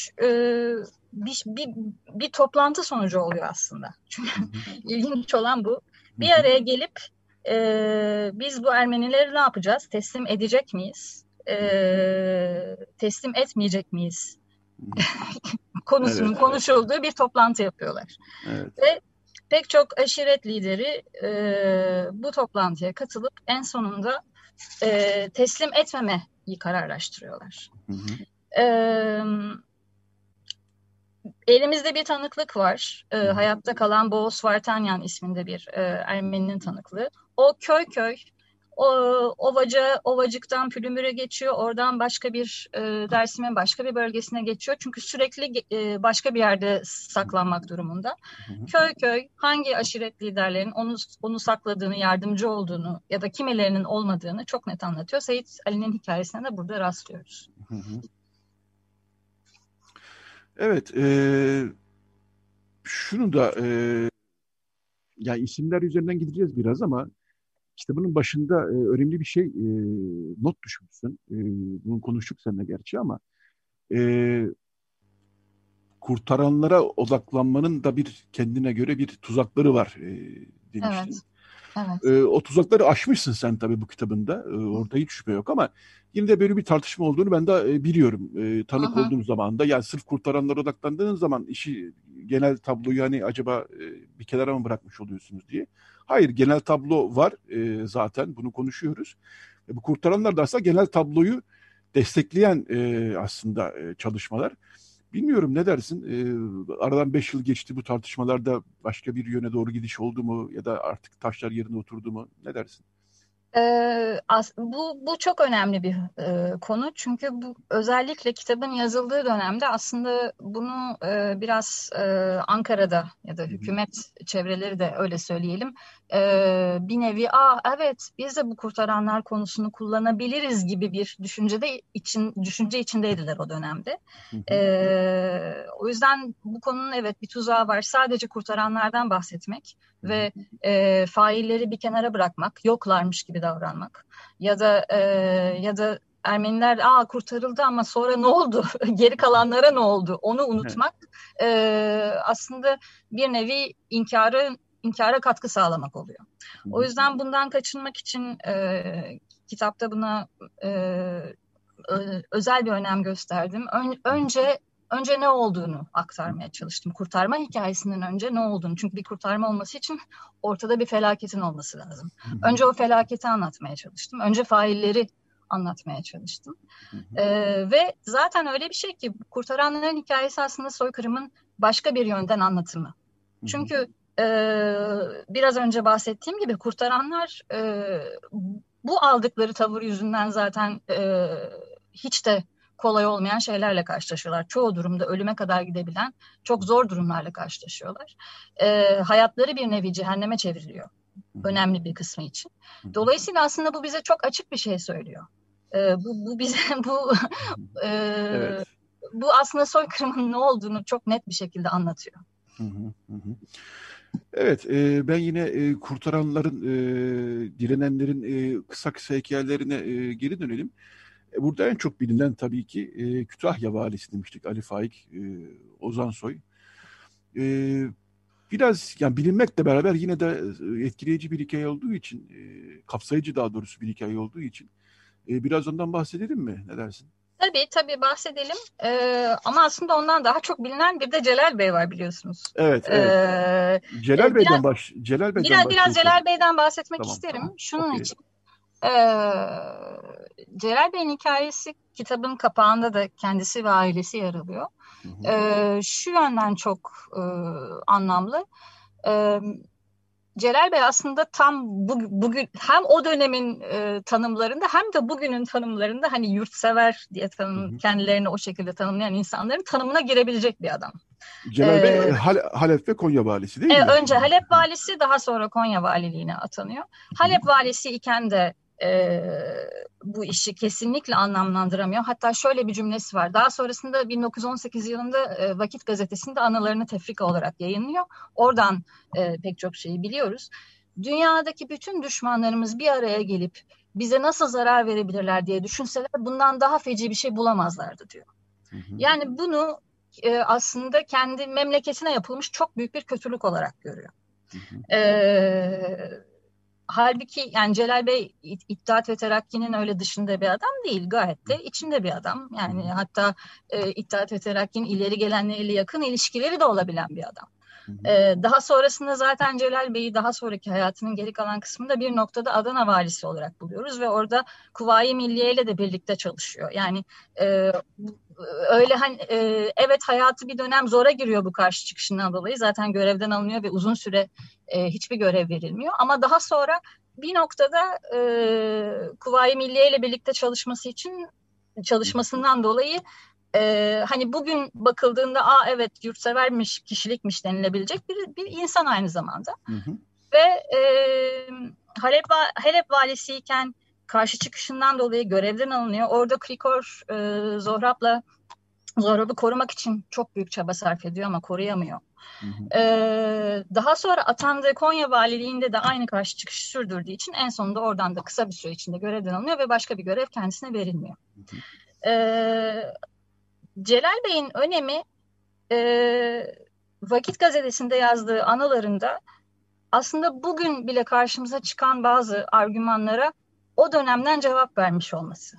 bir toplantı sonucu oluyor aslında. Çünkü ilginç olan bu. Bir araya gelip biz bu Ermenileri ne yapacağız? Teslim edecek miyiz? Teslim etmeyecek miyiz? Konusunun konuşulduğu bir toplantı yapıyorlar. Evet. Ve pek çok aşiret lideri bu toplantıya katılıp en sonunda teslim etmemeyi kararlaştırıyorlar. Elimizde bir tanıklık var. Hayatta kalan Boğaz Vartanyan isminde bir Ermeninin tanıklığı. O köy Ovacık'tan Pülümür'e geçiyor. Oradan başka bir Dersim'in başka bir bölgesine geçiyor. Çünkü sürekli başka bir yerde saklanmak durumunda. Köy hangi aşiret liderlerinin onu sakladığını, yardımcı olduğunu ya da kimilerinin olmadığını çok net anlatıyor. Seyit Ali'nin hikayesine de burada rastlıyoruz. Evet, şunu da yani isimler üzerinden gideceğiz biraz ama kitabının başında önemli bir şey not düşmüşsün. Bunu konuştuk seninle gerçi ama kurtaranlara odaklanmanın da bir kendine göre bir tuzakları var demiştin. Evet. O tuzakları aşmışsın sen tabii bu kitabında. Orada hiç şüphe yok ama yine de böyle bir tartışma olduğunu ben de biliyorum. Tanık olduğum zaman da yani sırf kurtaranlara odaklandığın zaman işi genel tabloyu hani acaba bir kenara mı bırakmış oluyorsunuz diye. Hayır, genel tablo var zaten, bunu konuşuyoruz. Bu kurtaranlar da aslında genel tabloyu destekleyen aslında çalışmalar. Bilmiyorum, ne dersin? Aradan 5 yıl geçti, bu tartışmalarda başka bir yöne doğru gidiş oldu mu ya da artık taşlar yerine oturdu mu? Ne dersin? Bu çok önemli bir konu, çünkü bu özellikle kitabın yazıldığı dönemde aslında bunu biraz Ankara'da ya da hükümet çevreleri de öyle söyleyelim, bir nevi evet biz de bu kurtaranlar konusunu kullanabiliriz gibi bir düşünce içindeydiler o dönemde. O yüzden bu konunun evet bir tuzağı var. Sadece kurtaranlardan bahsetmek ve failleri bir kenara bırakmak, yoklarmış gibi davranmak ya da Ermeniler kurtarıldı ama sonra ne oldu? Geri kalanlara ne oldu? Onu unutmak aslında bir nevi inkara katkı sağlamak oluyor. O yüzden bundan kaçınmak için kitapta buna özel bir önem gösterdim. Önce ne olduğunu aktarmaya çalıştım. Kurtarma hikayesinden önce ne olduğunu. Çünkü bir kurtarma olması için ortada bir felaketin olması lazım. Önce o felaketi anlatmaya çalıştım. Önce failleri anlatmaya çalıştım. Ve zaten öyle bir şey ki kurtaranların hikayesi aslında soykırımın başka bir yönden anlatımı. Çünkü biraz önce bahsettiğim gibi kurtaranlar bu aldıkları tavır yüzünden zaten hiç de kolay olmayan şeylerle karşılaşıyorlar. Çoğu durumda ölüme kadar gidebilen çok zor durumlarla karşılaşıyorlar. Hayatları bir nevi cehenneme çevriliyor. Önemli bir kısmı için. Dolayısıyla aslında bu bize çok açık bir şey söylüyor. Bu bize Evet. Bu aslında soykırımın ne olduğunu çok net bir şekilde anlatıyor. Evet, ben yine kurtaranların, direnenlerin kısa hikayelerine geri dönelim. Burada en çok bilinen tabii ki Kütahya valisi demiştik, Ali Faik Ozansoy. Biraz yani bilinmekle beraber yine de etkileyici bir hikaye olduğu için, kapsayıcı daha doğrusu bir hikaye olduğu için biraz ondan bahsedelim mi? Ne dersin? Tabii bahsedelim. Ama aslında ondan daha çok bilinen bir de Celal Bey var, biliyorsunuz. Evet. Celal Bey'den biraz Celal Bey'den bahsetmek isterim. Tamam. Şunun için. Celal Bey'in hikayesi kitabın kapağında da kendisi ve ailesi yer alıyor. Şu yönden çok anlamlı. Celal Bey aslında tam bugün hem o dönemin tanımlarında hem de bugünün tanımlarında hani yurtsever diye kendilerini o şekilde tanımlayan insanların tanımına girebilecek bir adam. Celal Bey Halep ve Konya valisi değil mi? Önce Halep valisi, daha sonra Konya valiliğine atanıyor. Halep valisi iken de bu işi kesinlikle anlamlandıramıyor. Hatta şöyle bir cümlesi var. Daha sonrasında 1918 yılında Vakit Gazetesi'nde anılarını tefrika olarak yayınlıyor. Oradan pek çok şeyi biliyoruz. Dünyadaki bütün düşmanlarımız bir araya gelip bize nasıl zarar verebilirler diye düşünseler bundan daha feci bir şey bulamazlardı diyor. Yani bunu aslında kendi memleketine yapılmış çok büyük bir kötülük olarak görüyor. Halbuki yani Celal Bey İttihat ve Terakki'nin öyle dışında bir adam değil. Gayet de içinde bir adam. Yani hatta İttihat ve Terakki'nin ileri gelenleriyle yakın ilişkileri de olabilen bir adam. Daha sonrasında zaten Celal Bey'i daha sonraki hayatının geri kalan kısmında bir noktada Adana valisi olarak buluyoruz ve orada Kuvayi Milliye ile de birlikte çalışıyor. Yani öyle hani evet hayatı bir dönem zora giriyor bu karşı çıkışından dolayı. Zaten görevden alınıyor ve uzun süre hiçbir görev verilmiyor. Ama daha sonra bir noktada Kuvayi Milliye ile birlikte çalışmasından dolayı hani bugün bakıldığında evet yurtsevermiş, kişilikmiş denilebilecek bir insan aynı zamanda. Ve Halep valisiyken karşı çıkışından dolayı görevden alınıyor. Orada Krikor Zohrab'ı korumak için çok büyük çaba sarf ediyor ama koruyamıyor. Daha sonra atandığı Konya valiliğinde de aynı karşı çıkışı sürdürdüğü için en sonunda oradan da kısa bir süre içinde görevden alınıyor ve başka bir görev kendisine verilmiyor. Celal Bey'in önemi Vakit Gazetesi'nde yazdığı anılarında aslında bugün bile karşımıza çıkan bazı argümanlara o dönemden cevap vermiş olması.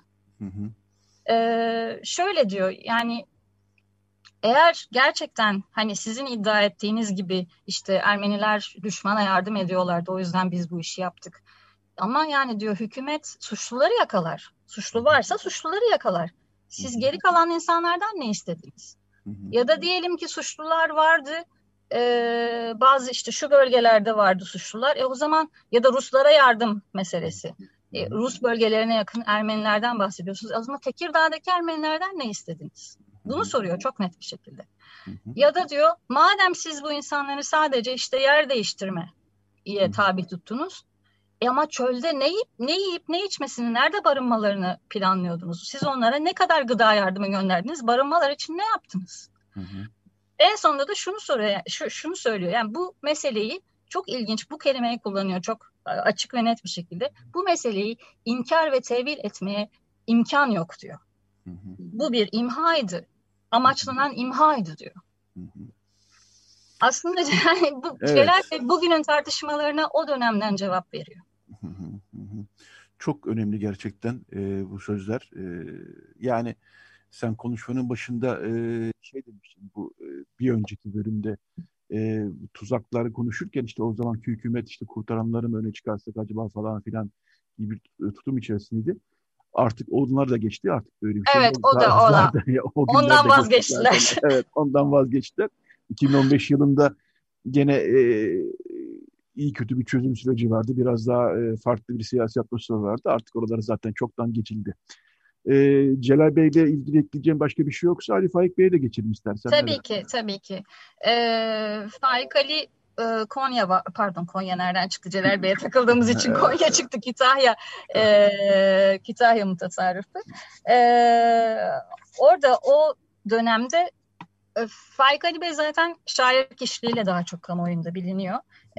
Şöyle diyor, yani eğer gerçekten hani sizin iddia ettiğiniz gibi işte Ermeniler düşmana yardım ediyorlardı, o yüzden biz bu işi yaptık. Ama yani diyor hükümet suçluları yakalar. Suçlu varsa suçluları yakalar. Siz geri kalan insanlardan ne istediniz? Ya da diyelim ki suçlular vardı, bazı işte şu bölgelerde vardı suçlular. O zaman ya da Ruslara yardım meselesi. Rus bölgelerine yakın Ermenilerden bahsediyorsunuz. O zaman Tekirdağ'daki Ermenilerden ne istediniz? Bunu soruyor çok net bir şekilde. Ya da diyor madem siz bu insanları sadece işte yer değiştirmeye tabi tuttunuz, ama çölde ne yiyip ne içmesini, nerede barınmalarını planlıyordunuz? Siz onlara ne kadar gıda yardımı gönderdiniz? Barınmalar için ne yaptınız? En sonunda da şunu söylüyor. Yani bu meseleyi çok ilginç, bu kelimeyi kullanıyor çok açık ve net bir şekilde. Bu meseleyi inkar ve tevil etmeye imkan yok diyor. Bu bir imhaydı. Amaçlanan imhaydı diyor. Aslında yani Celal Bey bugünün tartışmalarına o dönemden cevap veriyor. Çok önemli gerçekten bu sözler. Yani sen konuşmanın başında şey demiştin, bu bir önceki bölümde tuzakları konuşurken işte o zamanki hükümet işte kurtaranları mı öne çıkarsak acaba falan filan gibi bir tutum içerisindeydi. Artık onlar da geçti, artık böyle bir şey. Evet, o da ona. Ondan vazgeçtiler. Evet, ondan vazgeçtiler. 2015 yılında gene iyi kötü bir çözüm süreci vardı. Biraz daha farklı bir siyasi atmosfer vardı. Artık oraları zaten çoktan geçildi. Celal Bey'le ilgili ekleyeceğim başka bir şey yoksa Ali Faik Bey'e de geçelim istersen. Tabii ki. Faik Ali Konya nereden çıktı? Celal Bey'e takıldığımız için Konya çıktı. Kütahya mutasarrıfı. Orada o dönemde Faik Ali Bey zaten şair kişiliğiyle daha çok kamuoyunda biliniyor.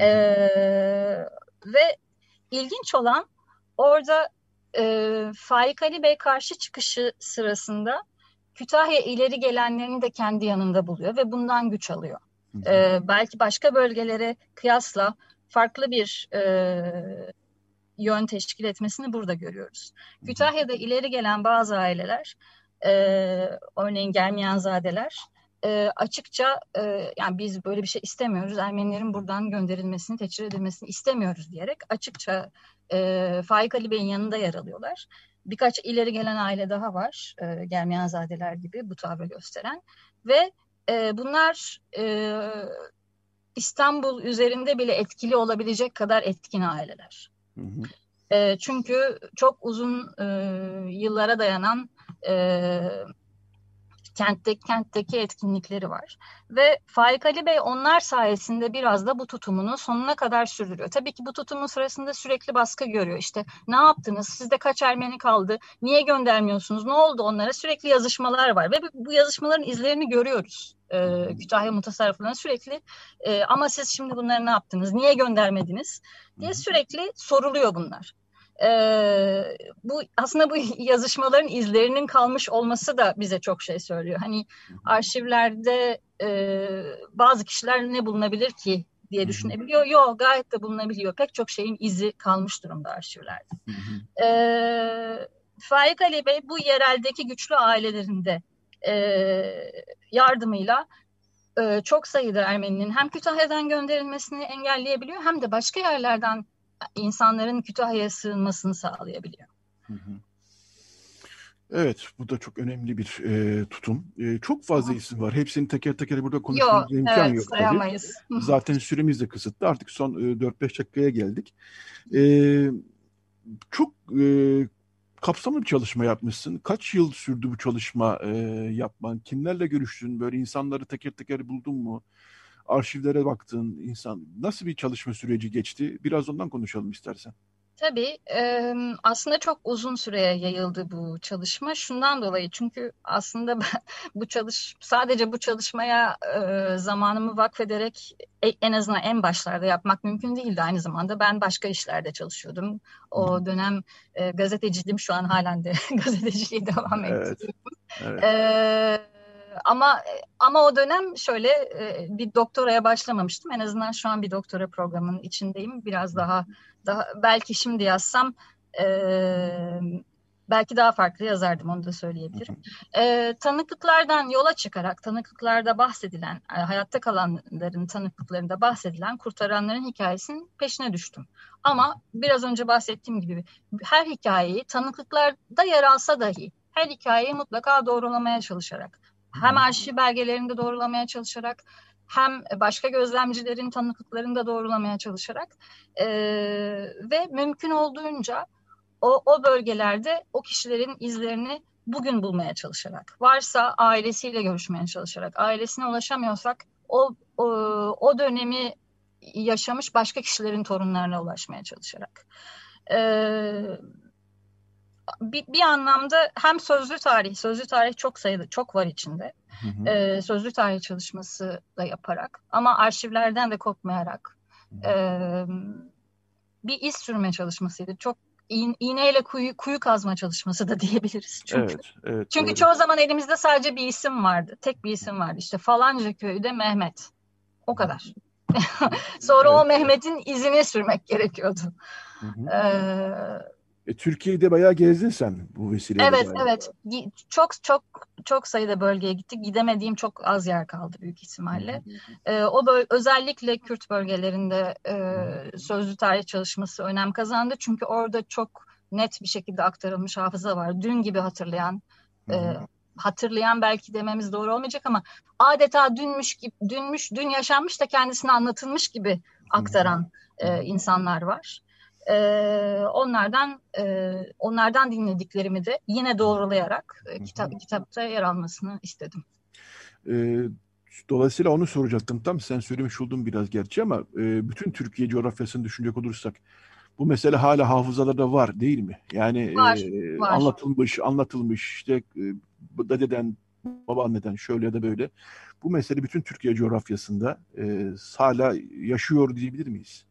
Ve ilginç olan orada Faik Ali Bey karşı çıkışı sırasında Kütahya ileri gelenlerini de kendi yanında buluyor ve bundan güç alıyor. Belki başka bölgelere kıyasla farklı bir yön teşkil etmesini burada görüyoruz. Kütahya'da ileri gelen bazı aileler, örneğin Germiyanzadeler, açıkça yani biz böyle bir şey istemiyoruz, Ermenilerin buradan gönderilmesini, teçhir edilmesini istemiyoruz diyerek açıkça Faik Ali Bey'in yanında yer alıyorlar. Birkaç ileri gelen aile daha var, Germiyanzadeler gibi bu tavrı gösteren ve bunlar İstanbul üzerinde bile etkili olabilecek kadar etkin aileler. Hı hı. Çünkü çok uzun yıllara dayanan kentteki etkinlikleri var. Ve Faik Ali Bey onlar sayesinde biraz da bu tutumunu sonuna kadar sürdürüyor. Tabii ki bu tutumun sırasında sürekli baskı görüyor. İşte ne yaptınız? Sizde kaç Ermeni kaldı? Niye göndermiyorsunuz? Ne oldu onlara? Sürekli yazışmalar var ve bu yazışmaların izlerini görüyoruz. Kütahya mutasarrıflarına sürekli ama siz şimdi bunları ne yaptınız? Niye göndermediniz? diye sürekli soruluyor bunlar. Bu aslında bu yazışmaların izlerinin kalmış olması da bize çok şey söylüyor. Hani arşivlerde bazı kişiler ne bulunabilir ki diye düşünebiliyor. Yok, gayet de bulunabiliyor. Pek çok şeyin izi kalmış durumda arşivlerde. Faik Ali Bey bu yereldeki güçlü ailelerinde yardımıyla çok sayıda Ermeninin hem Kütahya'dan gönderilmesini engelleyebiliyor hem de başka yerlerden insanların Kütahya'ya sığınmasını sağlayabiliyor. Evet, bu da çok önemli bir tutum. Çok fazla isim var. Hepsini teker teker burada konuşmamıza imkan yok tabii. Sayamayız. Zaten süremiz de kısıtlı. Artık son 4-5 dakikaya geldik. Çok kapsamlı bir çalışma yapmışsın. Kaç yıl sürdü bu çalışma yapman? Kimlerle görüştün? Böyle insanları teker teker buldun mu? Arşivlere baktın. Nasıl bir çalışma süreci geçti? Biraz ondan konuşalım istersen. Tabii aslında çok uzun süreye yayıldı bu çalışma. Şundan dolayı çünkü aslında ben sadece bu çalışmaya zamanımı vakfederek en azından en başlarda yapmak mümkün değildi. Aynı zamanda ben başka işlerde çalışıyordum. O dönem gazeteciydim. Şu an halen de gazeteciliğe devam ediyorum. Evet. Ama o dönem şöyle bir doktoraya başlamamıştım. En azından şu an bir doktora programının içindeyim. Biraz daha belki şimdi yazsam belki daha farklı yazardım, onu da söyleyebilirim. Tanıklıklardan yola çıkarak tanıklıklarda bahsedilen, hayatta kalanların tanıklıklarında bahsedilen kurtaranların hikayesinin peşine düştüm. Ama biraz önce bahsettiğim gibi her hikayeyi tanıklıklarda yer alsa dahi her hikayeyi mutlaka doğrulamaya çalışarak, hem arşiv belgelerinde doğrulamaya çalışarak, hem başka gözlemcilerin tanıklıklarını da doğrulamaya çalışarak ve mümkün olduğunca o bölgelerde o kişilerin izlerini bugün bulmaya çalışarak, varsa ailesiyle görüşmeye çalışarak, ailesine ulaşamıyorsak o dönemi yaşamış başka kişilerin torunlarına ulaşmaya çalışarak. Bir anlamda hem sözlü tarih çok var içinde. Sözlü tarih çalışması da yaparak ama arşivlerden de kopmayarak bir iz sürme çalışmasıydı. Çok iğneyle kuyu kazma çalışması da diyebiliriz. Çünkü doğru. çoğu zaman elimizde sadece bir isim vardı. Tek bir isim vardı. İşte falanca köyde Mehmet. O kadar. Sonra o Mehmet'in izini sürmek gerekiyordu. Türkiye'de bayağı gezdin sen bu vesileyle. Evet. Çok sayıda bölgeye gittik. Gidemediğim çok az yer kaldı büyük ihtimalle. Özellikle Kürt bölgelerinde sözlü tarih çalışması önem kazandı. Çünkü orada çok net bir şekilde aktarılmış hafıza var. Dün gibi hatırlayan belki dememiz doğru olmayacak ama adeta dün yaşanmış da kendisine anlatılmış gibi aktaran insanlar var. Onlardan dinlediklerimi de yine doğrulayarak kitapta yer almasını istedim. Dolayısıyla onu soracaktım. Tam sen söylemiş oldun biraz gerçi ama bütün Türkiye coğrafyasını düşünecek olursak bu mesele hala hafızalarda var değil mi? Yani var. Anlatılmış işte dededen, babaanneden şöyle ya da böyle. Bu mesele bütün Türkiye coğrafyasında hala yaşıyor diyebilir miyiz?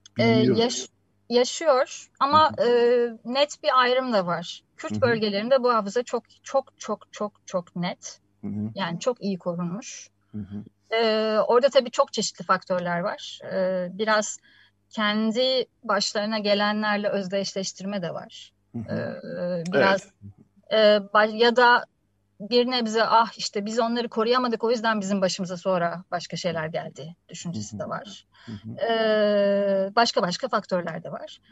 Yaşıyor ama net bir ayrım da var. Kürt bölgelerinde bu hafıza çok net. Yani çok iyi korunmuş. Orada tabii çok çeşitli faktörler var. Biraz kendi başlarına gelenlerle özdeşleştirme de var. Biraz ya da bir nebze işte biz onları koruyamadık o yüzden bizim başımıza sonra başka şeyler geldi düşüncesi de var. Başka faktörler de var.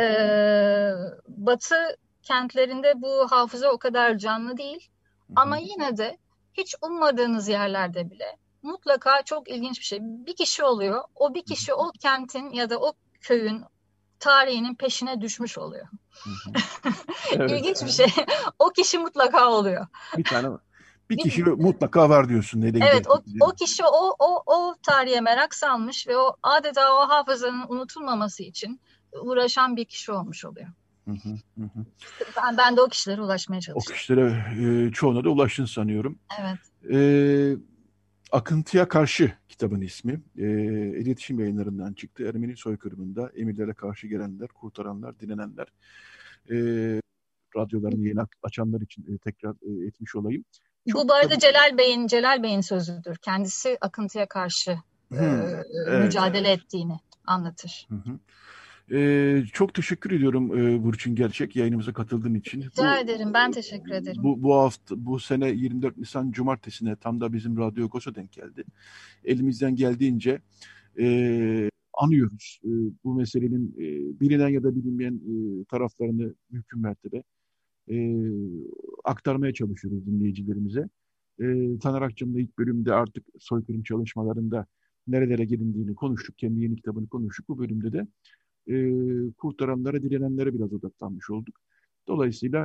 Batı kentlerinde bu hafıza o kadar canlı değil ama yine de hiç ummadığınız yerlerde bile mutlaka çok ilginç bir şey. Bir kişi oluyor. O bir kişi o kentin ya da o köyün tarihinin peşine düşmüş oluyor. Evet. İlginç bir şey. O kişi mutlaka oluyor. Bir kişi mutlaka var diyorsun. Evet, o kişi o tarihe merak salmış ve o adeta o hafızanın unutulmaması için uğraşan bir kişi olmuş oluyor. Ben de o kişilere ulaşmaya çalıştım. O kişilere çoğuna da ulaştın sanıyorum. Evet. Akıntıya Karşı kitabın ismi. İletişim Yayınlarından çıktı. Ermeni soykırımında emirlere karşı gelenler, kurtaranlar, direnenler. Radyolarını yeni açanlar için tekrar etmiş olayım. Bu arada Celal Bey'in sözüdür. Kendisi akıntıya karşı mücadele ettiğini anlatır. Çok teşekkür ediyorum Burçin Gerçek yayınımıza katıldığın için. Rica ederim. Ben teşekkür ederim. Bu sene 24 Nisan Cumartesi'ne tam da bizim Radyo Agos'a denk geldi. Elimizden geldiğince anıyoruz. Bu meselenin bilinen ya da bilinmeyen taraflarını mümkün mertebe aktarmaya çalışıyoruz dinleyicilerimize. Taner Akçam'la ilk bölümde artık soykırım çalışmalarında nerelere gelindiğini konuştuk. Kendi yeni kitabını konuştuk. Bu bölümde de kurtaranlara, direnenlere biraz odaklanmış olduk. Dolayısıyla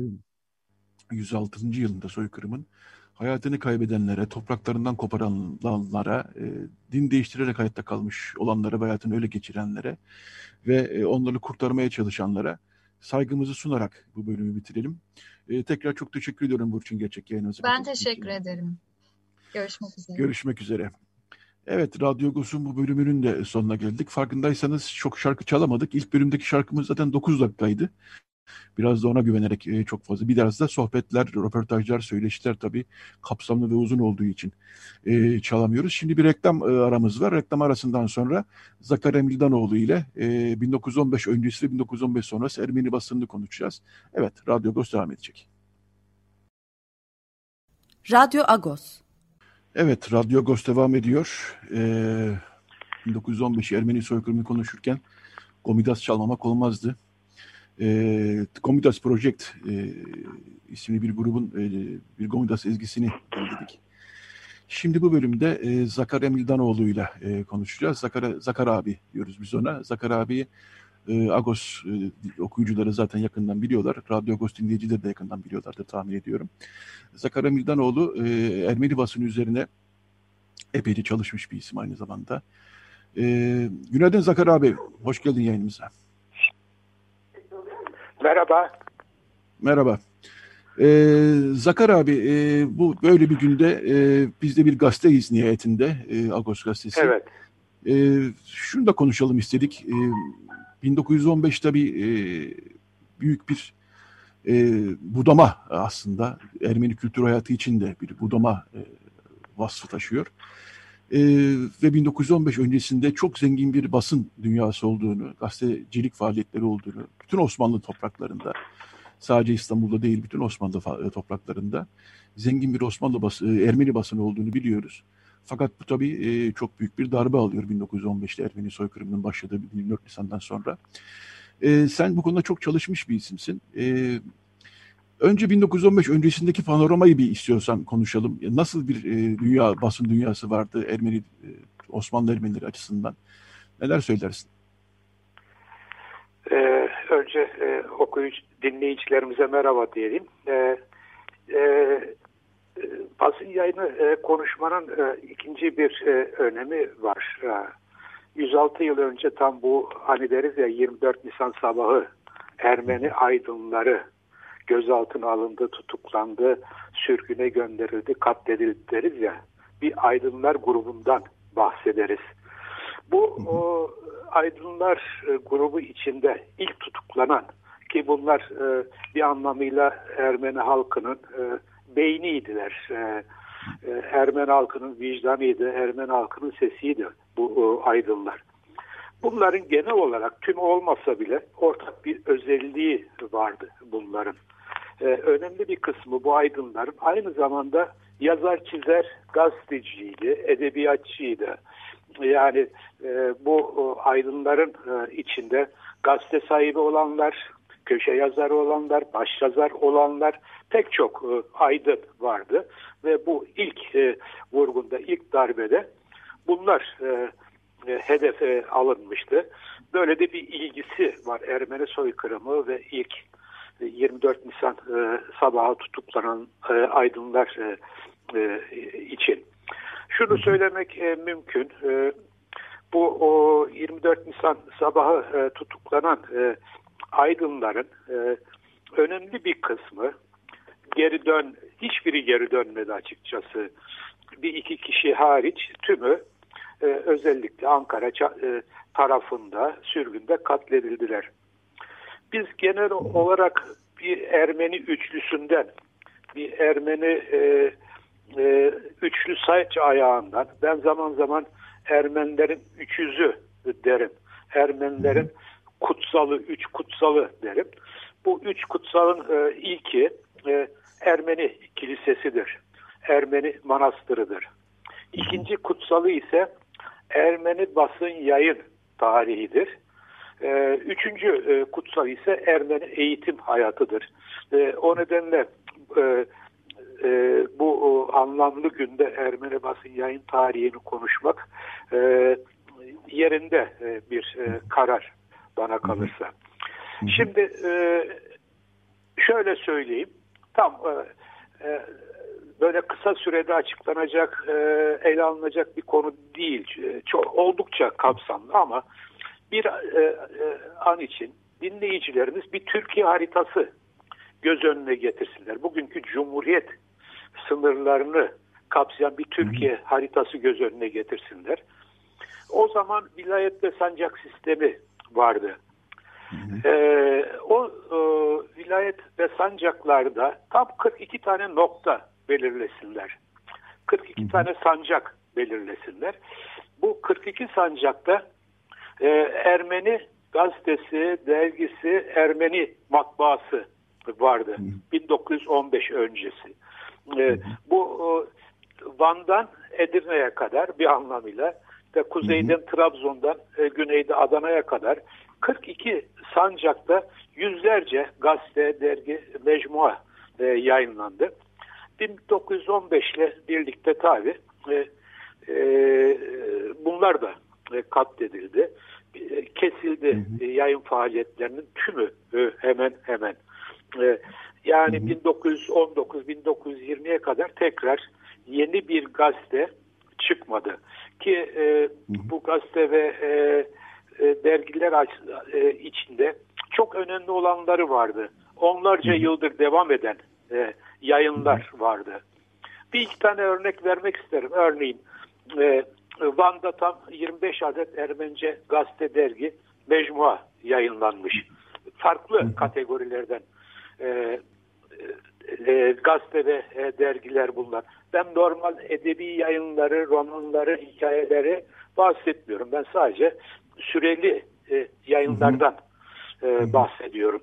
106. yılında soykırımın hayatını kaybedenlere, topraklarından koparanlara, din değiştirerek hayatta kalmış olanlara, hayatını öyle geçirenlere ve onları kurtarmaya çalışanlara saygımızı sunarak bu bölümü bitirelim. Tekrar çok teşekkür ediyorum Burçin Gerçek yayınımıza. Ben teşekkür ederim. Görüşmek üzere. Görüşmek üzere. Evet, Radyo Agos'un bu bölümünün de sonuna geldik. Farkındaysanız çok şarkı çalamadık. İlk bölümdeki şarkımız zaten 9 dakikaydı. Biraz da ona güvenerek çok fazla. Biraz da sohbetler, röportajlar, söyleşiler tabii kapsamlı ve uzun olduğu için çalamıyoruz. Şimdi bir reklam aramız var. Reklam arasından sonra Zakarya Mildanoğlu ile 1915 öncesi ve 1915 sonrası Ermeni basınını konuşacağız. Evet, Radyo Agos devam edecek. Radyo Agos. Evet, Radyo Agos devam ediyor. 1915 Ermeni soykırımını konuşurken Gomidas çalmamak olmazdı. Gomidas Project isimli bir grubun bir Gomidas ezgisini dinledik. Şimdi bu bölümde Zakarya Mildanoğlu ile konuşacağız. Zakar abi diyoruz biz ona. Zakar abi Agos okuyucuları zaten yakından biliyorlar. Radyo Agos dinleyicileri de yakından biliyorlardır tahmin ediyorum. Zakarya Mildanoğlu Ermeni basını üzerine epeyce çalışmış bir isim aynı zamanda. Günaydın Zakar abi. Hoş geldin yayınımıza. Merhaba. Merhaba. Zakar abi, bu böyle bir günde biz de bir gazeteyiz nihayetinde, Agos gazetesi. Evet. Şunu da konuşalım istedik. 1915 tabii büyük bir budama aslında. Ermeni kültür hayatı için de bir budama vasfı taşıyor. Ve 1915 öncesinde çok zengin bir basın dünyası olduğunu, gazetecilik faaliyetleri olduğunu, bütün Osmanlı topraklarında, sadece İstanbul'da değil, bütün Osmanlı topraklarında zengin bir Ermeni basını olduğunu biliyoruz. Fakat bu tabii çok büyük bir darbe alıyor 1915'te Ermeni soykırımının başladığı 24 Nisan'dan sonra. Sen bu konuda çok çalışmış bir isimsin. Önce 1915 öncesindeki panoramayı bir istiyorsan konuşalım. Nasıl bir basın dünyası vardı Osmanlı Ermenileri açısından? Neler söylersin? Önce dinleyicilerimize merhaba diyelim. Basın yayını konuşmanın ikinci bir önemi var. 106 yıl önce tam bu hani deriz ya 24 Nisan sabahı Ermeni aydınları gözaltına alındı, tutuklandı, sürgüne gönderildi, katledildi deriz ya. Bir aydınlar grubundan bahsederiz. Bu aydınlar grubu içinde ilk tutuklanan ki bunlar bir anlamıyla Ermeni halkının beyniydiler. Ermeni halkının vicdanıydı, Ermeni halkının sesiydi bu aydınlar. Bunların genel olarak tüm olmasa bile ortak bir özelliği vardı bunların. Önemli bir kısmı bu aydınların aynı zamanda yazar, çizer, gazeteciydi, edebiyatçıydı. Yani bu aydınların içinde gazete sahibi olanlar, köşe yazarı olanlar, başyazar olanlar, pek çok aydın vardı. Ve bu ilk vurgunda, ilk darbede bunlar hedefe alınmıştı. Böyle de bir ilgisi var Ermeni soykırımı ve ilk 24 Nisan sabahı tutuklanan aydınlar için. Şunu söylemek mümkün. Bu 24 Nisan sabahı tutuklanan aydınların önemli bir kısmı hiçbiri geri dönmedi açıkçası. Bir iki kişi hariç tümü özellikle Ankara tarafında sürgünde katledildiler. Biz genel olarak bir Ermeni üçlüsünden, bir Ermeni üçlü saç ayağından, ben zaman zaman Ermenilerin üçüzü derim. Ermenilerin üç kutsalı derim. Bu üç kutsalın ilki Ermeni kilisesidir. Ermeni manastırıdır. İkinci kutsalı ise Ermeni basın yayın tarihidir. Üçüncü kutsal ise Ermeni eğitim hayatıdır. O nedenle bu anlamlı günde Ermeni basın yayın tarihini konuşmak yerinde bir karar bana kalırsa. Şimdi şöyle söyleyeyim, tam böyle kısa sürede açıklanacak, ele alınacak bir konu değil. Oldukça kapsamlı ama bir an için dinleyicilerimiz bir Türkiye haritası göz önüne getirsinler. Bugünkü Cumhuriyet sınırlarını kapsayan bir Türkiye haritası göz önüne getirsinler. O zaman vilayet ve sancak sistemi vardı. O vilayet ve sancaklarda tam 42 tane nokta belirlesinler. 42 tane sancak belirlesinler. Bu 42 sancakta Ermeni gazetesi, dergisi, Ermeni matbaası vardı. 1915 öncesi. Bu Van'dan Edirne'ye kadar bir anlamıyla ve kuzeyden Trabzon'dan güneyde Adana'ya kadar 42 sancakta yüzlerce gazete, dergi, mecmua yayınlandı. 1915 ile birlikte tabii bunlar da katledildi. Kesildi yayın faaliyetlerinin tümü hemen hemen. Yani 1919-1920'ye kadar tekrar yeni bir gazete çıkmadı. Ki bu gazete ve dergiler içinde çok önemli olanları vardı. Onlarca yıldır devam eden yayınlar vardı. Bir iki tane örnek vermek isterim. Örneğin Van'da tam 25 adet Ermenice gazete, dergi, mecmua yayınlanmış. Farklı kategorilerden gazete ve dergiler bunlar. Ben normal edebi yayınları, romanları, hikayeleri bahsetmiyorum. Ben sadece süreli yayınlardan bahsediyorum.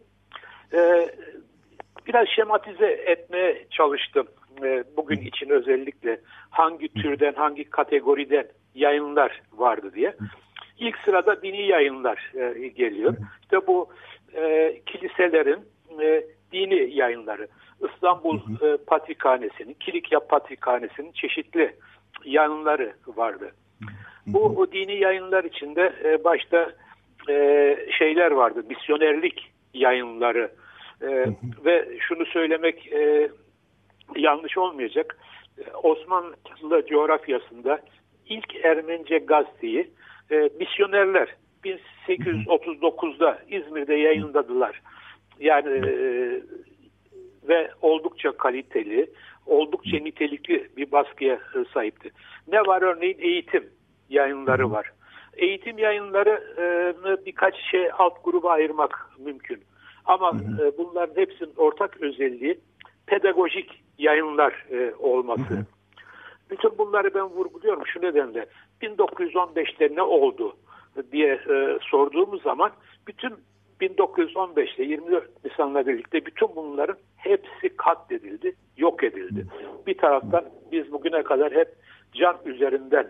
Biraz şematize etmeye çalıştım. Bugün için özellikle hangi türden, hangi kategoriden yayınlar vardı diye. İlk sırada dini yayınlar geliyor. İşte bu kiliselerin dini yayınları. İstanbul Patrikhanesi'nin, Kilikya Patrikhanesi'nin çeşitli yayınları vardı. Bu dini yayınlar içinde başta şeyler vardı, misyonerlik yayınları ve şunu söylemek yanlış olmayacak. Osmanlı coğrafyasında ilk Ermenice gazeteyi misyonerler 1839'da İzmir'de yayınladılar. Yani ve oldukça kaliteli, oldukça nitelikli bir baskıya sahipti. Ne var? Örneğin eğitim yayınları var. Eğitim yayınlarını birkaç alt gruba ayırmak mümkün. Ama bunların hepsinin ortak özelliği pedagojik yayınlar olması. Bütün bunları ben vurguluyorum şu nedenle. 1915'te ne oldu diye sorduğumuz zaman bütün 1915'te 24 Nisan'la birlikte bütün bunların hepsi katledildi, yok edildi. Bir taraftan biz bugüne kadar hep can üzerinden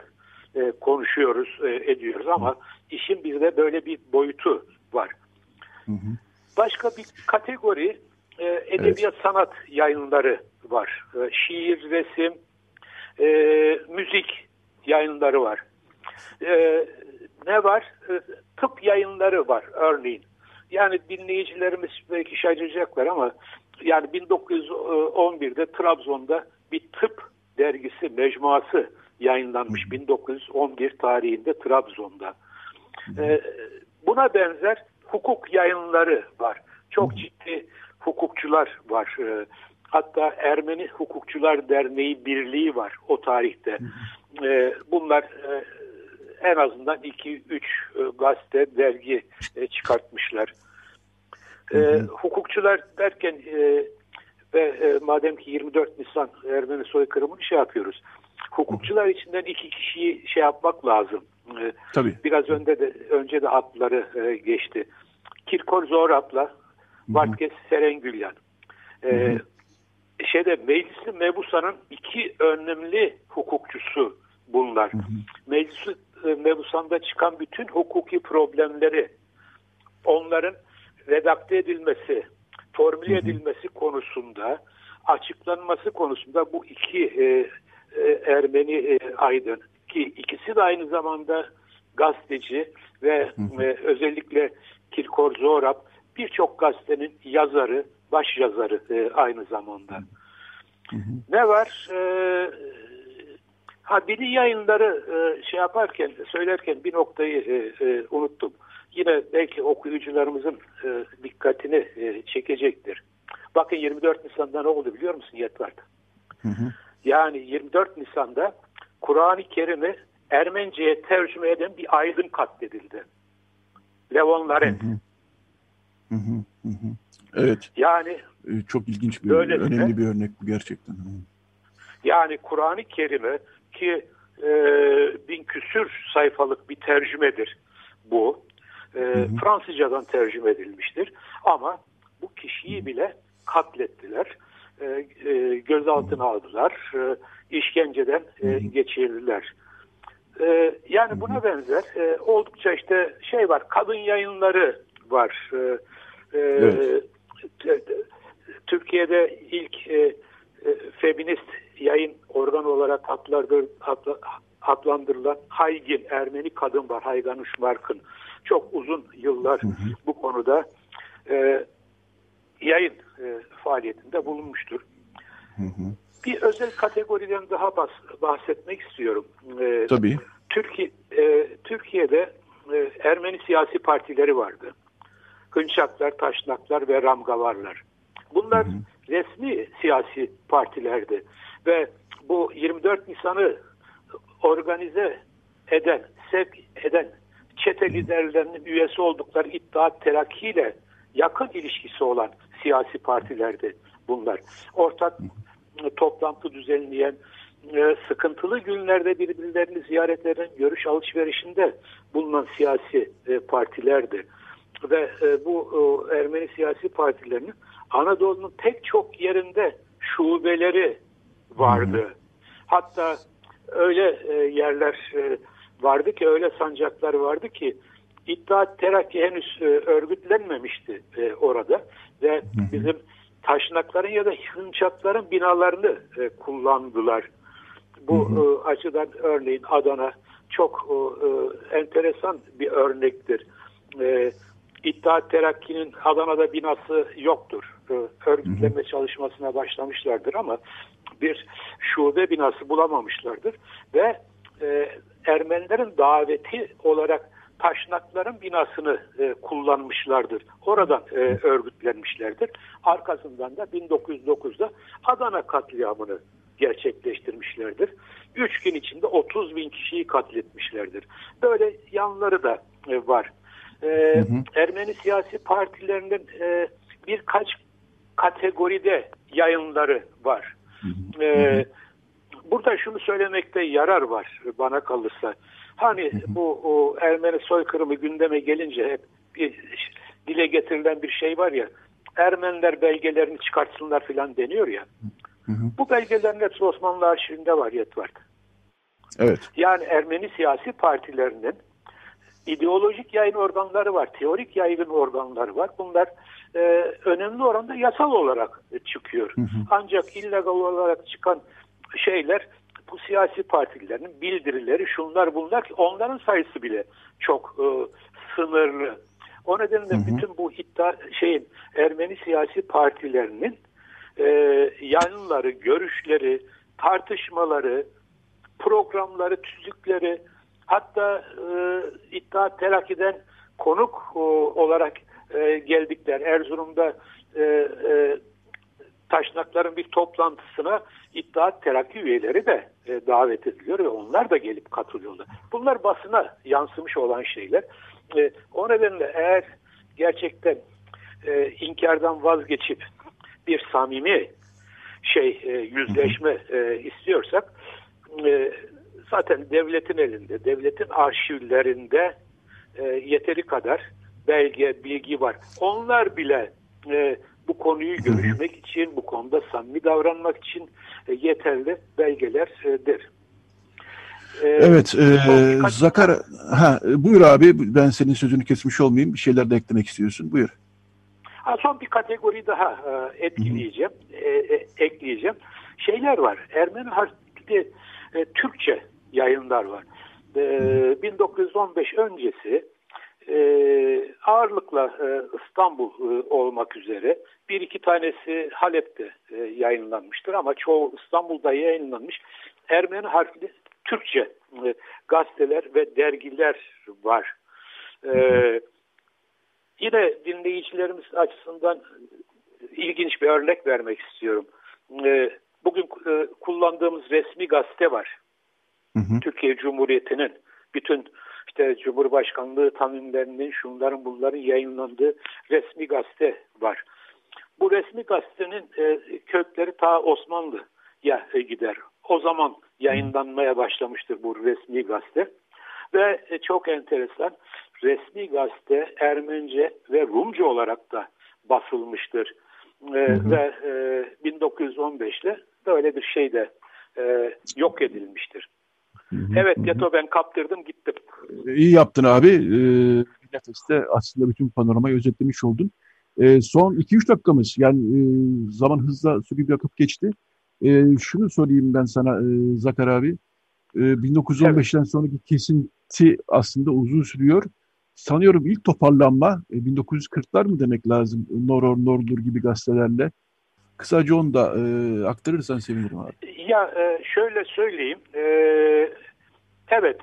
konuşuyoruz, ediyoruz ama işin bizde böyle bir boyutu var. Başka bir kategori edebiyat sanat yayınları var. Şiir, resim, müzik yayınları var. Ne var? Tıp yayınları var örneğin. Yani dinleyicilerimiz belki şaşıracaklar ama yani 1911'de Trabzon'da bir tıp dergisi, mecmuası yayınlanmış 1911 tarihinde Trabzon'da. Buna benzer hukuk yayınları var. Çok ciddi hukukçular var. Hatta Ermeni Hukukçular Derneği Birliği var o tarihte. Bunlar en azından 2-3 gazete, dergi çıkartmışlar. Hukukçular derken ve madem ki 24 Nisan Ermeni soykırımını şey yapıyoruz. Hukukçular içinden 2 kişiyi şey yapmak lazım. Tabii. Biraz önce de adları geçti. Kirkor Zohrab'la Vatkes Serengülyan. Meclis-i Mebusa'nın 2 önemli hukukçusu bunlar. Meclis-i Mebusa'nda çıkan bütün hukuki problemleri, onların redakte edilmesi, formüle edilmesi konusunda, açıklanması konusunda bu 2 Ermeni aydın, ki ikisi de aynı zamanda gazeteci ve özellikle Kirkor Zohrab birçok gazetenin yazarı, baş yazarı aynı zamanda. Ne var? Dili yayınları söylerken bir noktayı unuttum. Yine belki okuyucularımızın dikkatini çekecektir. Bakın 24 Nisan'da ne oldu biliyor musun Yetvart? Yani 24 Nisan'da Kur'an-ı Kerim'i Ermenice'ye tercüme eden bir aydın katledildi. Levon Larent. Evet. Yani çok ilginç önemli bir örnek bu gerçekten. Yani Kur'an-ı Kerim'i ki 1000 küsür sayfalık bir tercümedir bu. Fransızcadan tercüme edilmiştir. Ama bu kişiyi bile katlettiler. Gözaltına aldılar. İşkenceden geçirdiler. Yani buna benzer oldukça işte var. Kadın yayınları var. Evet. Türkiye'de ilk feminist yayın organı olarak adlandırılan Haygin, Ermeni kadın var. Hayganuş Mark'ın çok uzun yıllar bu konuda yayın faaliyetinde bulunmuştur. Bir özel kategoriden daha bahsetmek istiyorum. Tabii. Türkiye'de Ermeni siyasi partileri vardı. Hınçaklar, Taşnaklar ve Ramgavarlar. Bunlar resmi siyasi partilerdi. Ve bu 24 Nisan'ı organize eden, sevk eden çete liderlerinin üyesi oldukları İttihat Terakki ile yakın ilişkisi olan siyasi partilerdi bunlar. Ortak toplantı düzenleyen, sıkıntılı günlerde birbirlerini ziyaretlerinin görüş alışverişinde bulunan siyasi partilerdi. Ve bu Ermeni siyasi partilerinin Anadolu'nun pek çok yerinde şubeleri vardı. Hatta öyle yerler vardı ki, öyle sancaklar vardı ki İttihat Terakki henüz örgütlenmemişti orada ve bizim taşnakların ya da hınçakların binalarını kullandılar. Bu açıdan örneğin Adana çok enteresan bir örnektir. İttihat Terakki'nin Adana'da binası yoktur. Örgütlenme çalışmasına başlamışlardır ama bir şube binası bulamamışlardır ve Ermenilerin daveti olarak taşnakların binasını kullanmışlardır. Oradan örgütlenmişlerdir. Arkasından da 1909'da Adana katliamını gerçekleştirmişlerdir. 3 gün içinde 30.000 kişiyi katletmişlerdir. Böyle yanları da var. Ermeni siyasi partilerinin birkaç kategoride yayınları var. Burada şunu söylemekte yarar var bana kalırsa. Hani bu Ermeni soykırımı gündeme gelince hep bir dile getirilen bir şey var ya, Ermeniler belgelerini çıkartsınlar filan deniyor ya. Bu belgelerin hepsi Osmanlı arşivinde var Yetvart. Evet. Yani Ermeni siyasi partilerinin ideolojik yayın organları var, teorik yayın organları var. Bunlar önemli oranda yasal olarak çıkıyor. Ancak illegal olarak çıkan şeyler bu siyasi partilerin bildirileri, şunlar bunlar, ki onların sayısı bile çok sınırlı. O nedenle bütün bu Ermeni siyasi partilerinin yanları, görüşleri, tartışmaları, programları, tüzükleri, hatta İttihat Terakki'den konuk olarak geldikler. Erzurum'da Taşnakların bir toplantısına İttihat Terakki üyeleri de davet ediliyor ve onlar da gelip katılıyorlar. Bunlar basına yansımış olan şeyler. O nedenle eğer gerçekten inkardan vazgeçip bir samimi yüzleşme istiyorsak, zaten devletin elinde, devletin arşivlerinde yeteri kadar belge, bilgi var. Onlar bile bu konuyu görüşmek için, bu konuda samimi davranmak için yeterli belgelerdir. Evet, Zakar, buyur abi, ben senin sözünü kesmiş olmayayım, bir şeyler de eklemek istiyorsun, buyur. Son bir kategori daha ekleyeceğim. Şeyler var, Ermeni harfli Türkçe yayınlar var. 1915 öncesi ağırlıkla İstanbul olmak üzere bir iki tanesi Halep'te yayınlanmıştır ama çoğu İstanbul'da yayınlanmış Ermeni harfli Türkçe gazeteler ve dergiler var. Yine dinleyicilerimiz açısından ilginç bir örnek vermek istiyorum. Bugün kullandığımız resmi gazete var. Türkiye Cumhuriyeti'nin bütün Cumhurbaşkanlığı tanimlerinin, şunların bunların yayınlandığı resmi gazete var. Bu resmi gazetenin kökleri ta Osmanlı'ya gider. O zaman yayınlanmaya başlamıştır bu resmi gazete. Ve çok enteresan, resmi gazete Ermenice ve Rumca olarak da basılmıştır. Ve 1915'te böyle bir şey de yok edilmiştir. Evet Geto, ben kaptırdım gittim. İyi yaptın abi. Bir nefeste aslında bütün panoramayı özetlemiş oldun. Son 2-3 dakikamız, yani zaman hızla su gibi akıp geçti. Şunu sorayım ben sana Zakar abi. 1915'ten sonraki kesinti aslında uzun sürüyor. Sanıyorum ilk toparlanma 1940'lar mı demek lazım? Nordur gibi gazetelerle. Kısaca onu da aktarırsan sevinirim abi. Ya şöyle söyleyeyim. Evet,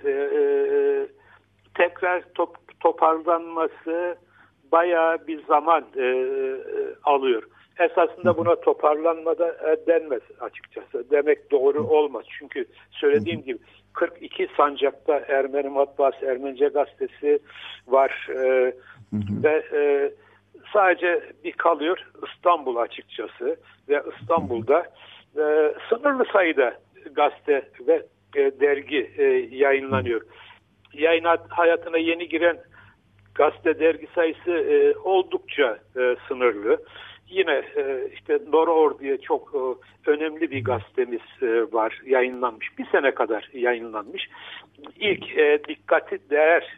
tekrar toparlanması bayağı bir zaman alıyor. Esasında buna toparlanmada denmez açıkçası. Demek doğru olmaz. Çünkü söylediğim gibi 42 sancakta Ermeni matbaası, Ermenice gazetesi var ve sadece bir kalıyor İstanbul açıkçası ve İstanbul'da sınırlı sayıda gazete ve dergi yayınlanıyor. Yayın hayatına yeni giren gazete dergi sayısı oldukça sınırlı. Yine Noror diye çok önemli bir gazetemiz var, yayınlanmış. Bir sene kadar yayınlanmış. İlk dikkati değer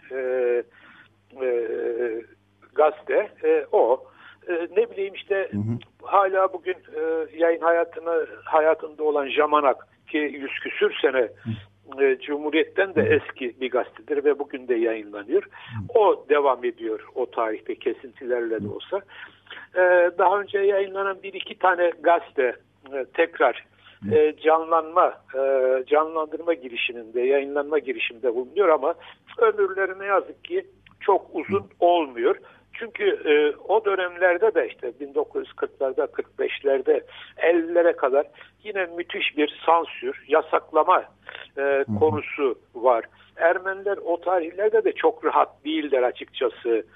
gazete o. Ne bileyim hala bugün yayın hayatında olan Jamanak ki 100 küsür sene Cumhuriyet'ten de eski bir gazetedir ve bugün de yayınlanıyor. O devam ediyor o tarihte kesintilerle de olsa. Daha önce yayınlanan bir iki tane gazete tekrar canlandırma girişiminde, yayınlanma girişiminde bulunuyor ama ömürleri ne yazık ki çok uzun olmuyor. Çünkü o dönemlerde de 1940'larda, 45'lerde, 50'lere kadar yine müthiş bir sansür, yasaklama konusu var. Ermeniler o tarihlerde de çok rahat değiller açıkçası.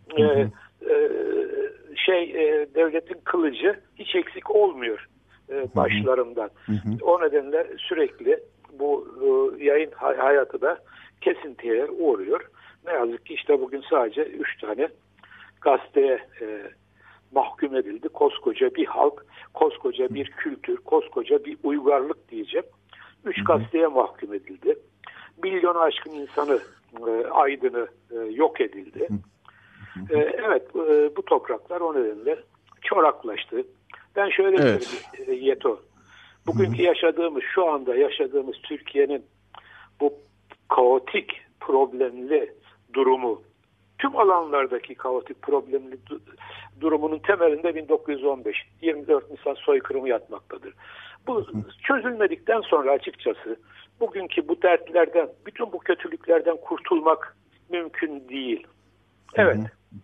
Devletin kılıcı hiç eksik olmuyor başlarından. O nedenle sürekli bu yayın hayatı da kesintiye uğruyor. Ne yazık ki bugün sadece 3 tane gazeteye mahkum edildi. Koskoca bir halk, koskoca bir kültür, koskoca bir uygarlık diyeceğim. 3 gazeteye mahkum edildi. Milyonu aşkın insanı, aydını yok edildi. Evet, bu topraklar o nedenle çoraklaştı. Ben şöyle söyleyeyim Yeto. Bugünkü yaşadığımız, şu anda yaşadığımız Türkiye'nin bu kaotik, problemli durumu, tüm alanlardaki kaotik, problemli durumunun temelinde 1915, 24 Nisan soykırımı yatmaktadır. Bu çözülmedikten sonra açıkçası bugünkü bu dertlerden, bütün bu kötülüklerden kurtulmak mümkün değil. Evet.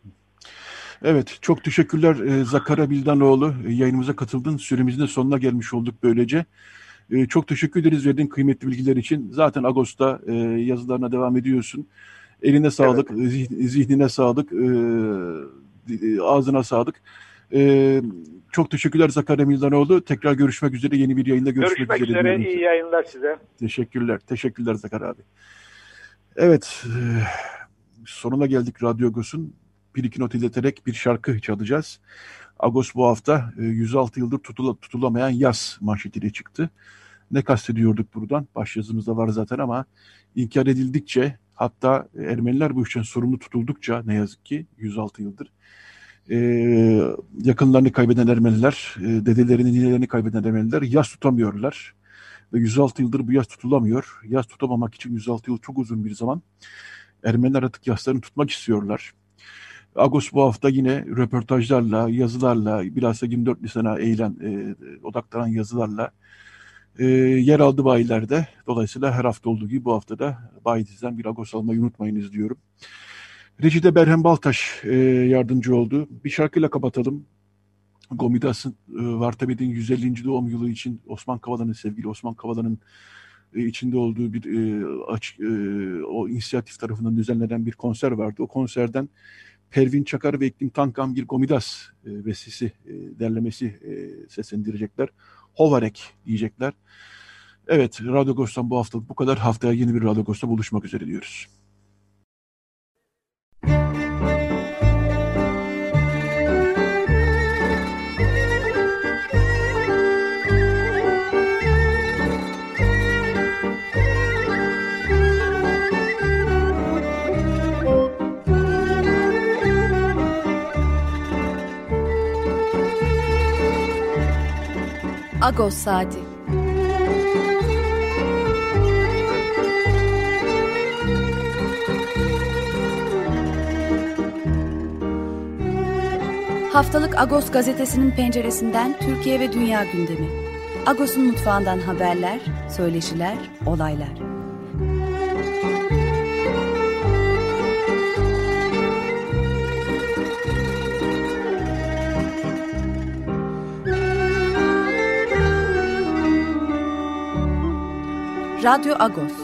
Evet, çok teşekkürler Zakara Bildanoğlu. Yayınımıza katıldın. Süremizin de sonuna gelmiş olduk böylece. Çok teşekkür ederiz verdiğin kıymetli bilgiler için. Zaten Ağustos'ta yazılarına devam ediyorsun. Eline sağlık, zihnine sağlık, ağzına sağlık. Çok teşekkürler Zakara Bildanoğlu. Tekrar görüşmek üzere. Yeni bir yayında görüşmek üzere. İyi yayınlar size. Teşekkürler. Teşekkürler Zakara abi. Evet, sonuna geldik Radyo Agos'un. Bir iki not ileterek bir şarkı çalacağız. Agos bu hafta 106 yıldır tutulamayan yaz manşetiyle çıktı. Ne kastediyorduk buradan? Başyazımızda var zaten ama inkar edildikçe, hatta Ermeniler bu işten sorumlu tutuldukça, ne yazık ki 106 yıldır yakınlarını kaybeden Ermeniler, dedelerini, ninelerini kaybeden Ermeniler yaz tutamıyorlar. Ve 106 yıldır bu yaz tutulamıyor. Yaz tutamamak için 106 yıl çok uzun bir zaman. Ermeniler artık yazlarını tutmak istiyorlar. Agos bu hafta yine röportajlarla, yazılarla, bilhassa 24 Nisan'a odaklanan yazılarla yer aldı bayilerde. Dolayısıyla her hafta olduğu gibi bu hafta da bayinizden bir Agos almayı unutmayınız diyorum. Recide Berhem Baltaş yardımcı oldu. Bir şarkıyla kapatalım. Gomidas'ın Vartabed'in 150. doğum yılı için Osman Kavala'nın, sevgili Osman Kavala'nın içinde olduğu bir o inisiyatif tarafından düzenlenen bir konser vardı. O konserden Pervin Çakar ve İklim Tankan bir Gomidas bestesi derlemesi seslendirecekler. Hovarek diyecekler. Evet, Radyo Agos'tan bu hafta bu kadar. Haftaya yeni bir Radyo Agos'ta buluşmak üzere diyoruz. Agos Saati. Haftalık Agos gazetesinin penceresinden Türkiye ve dünya gündemi. Agos'un mutfağından haberler, söyleşiler, olaylar. Radyo Agos.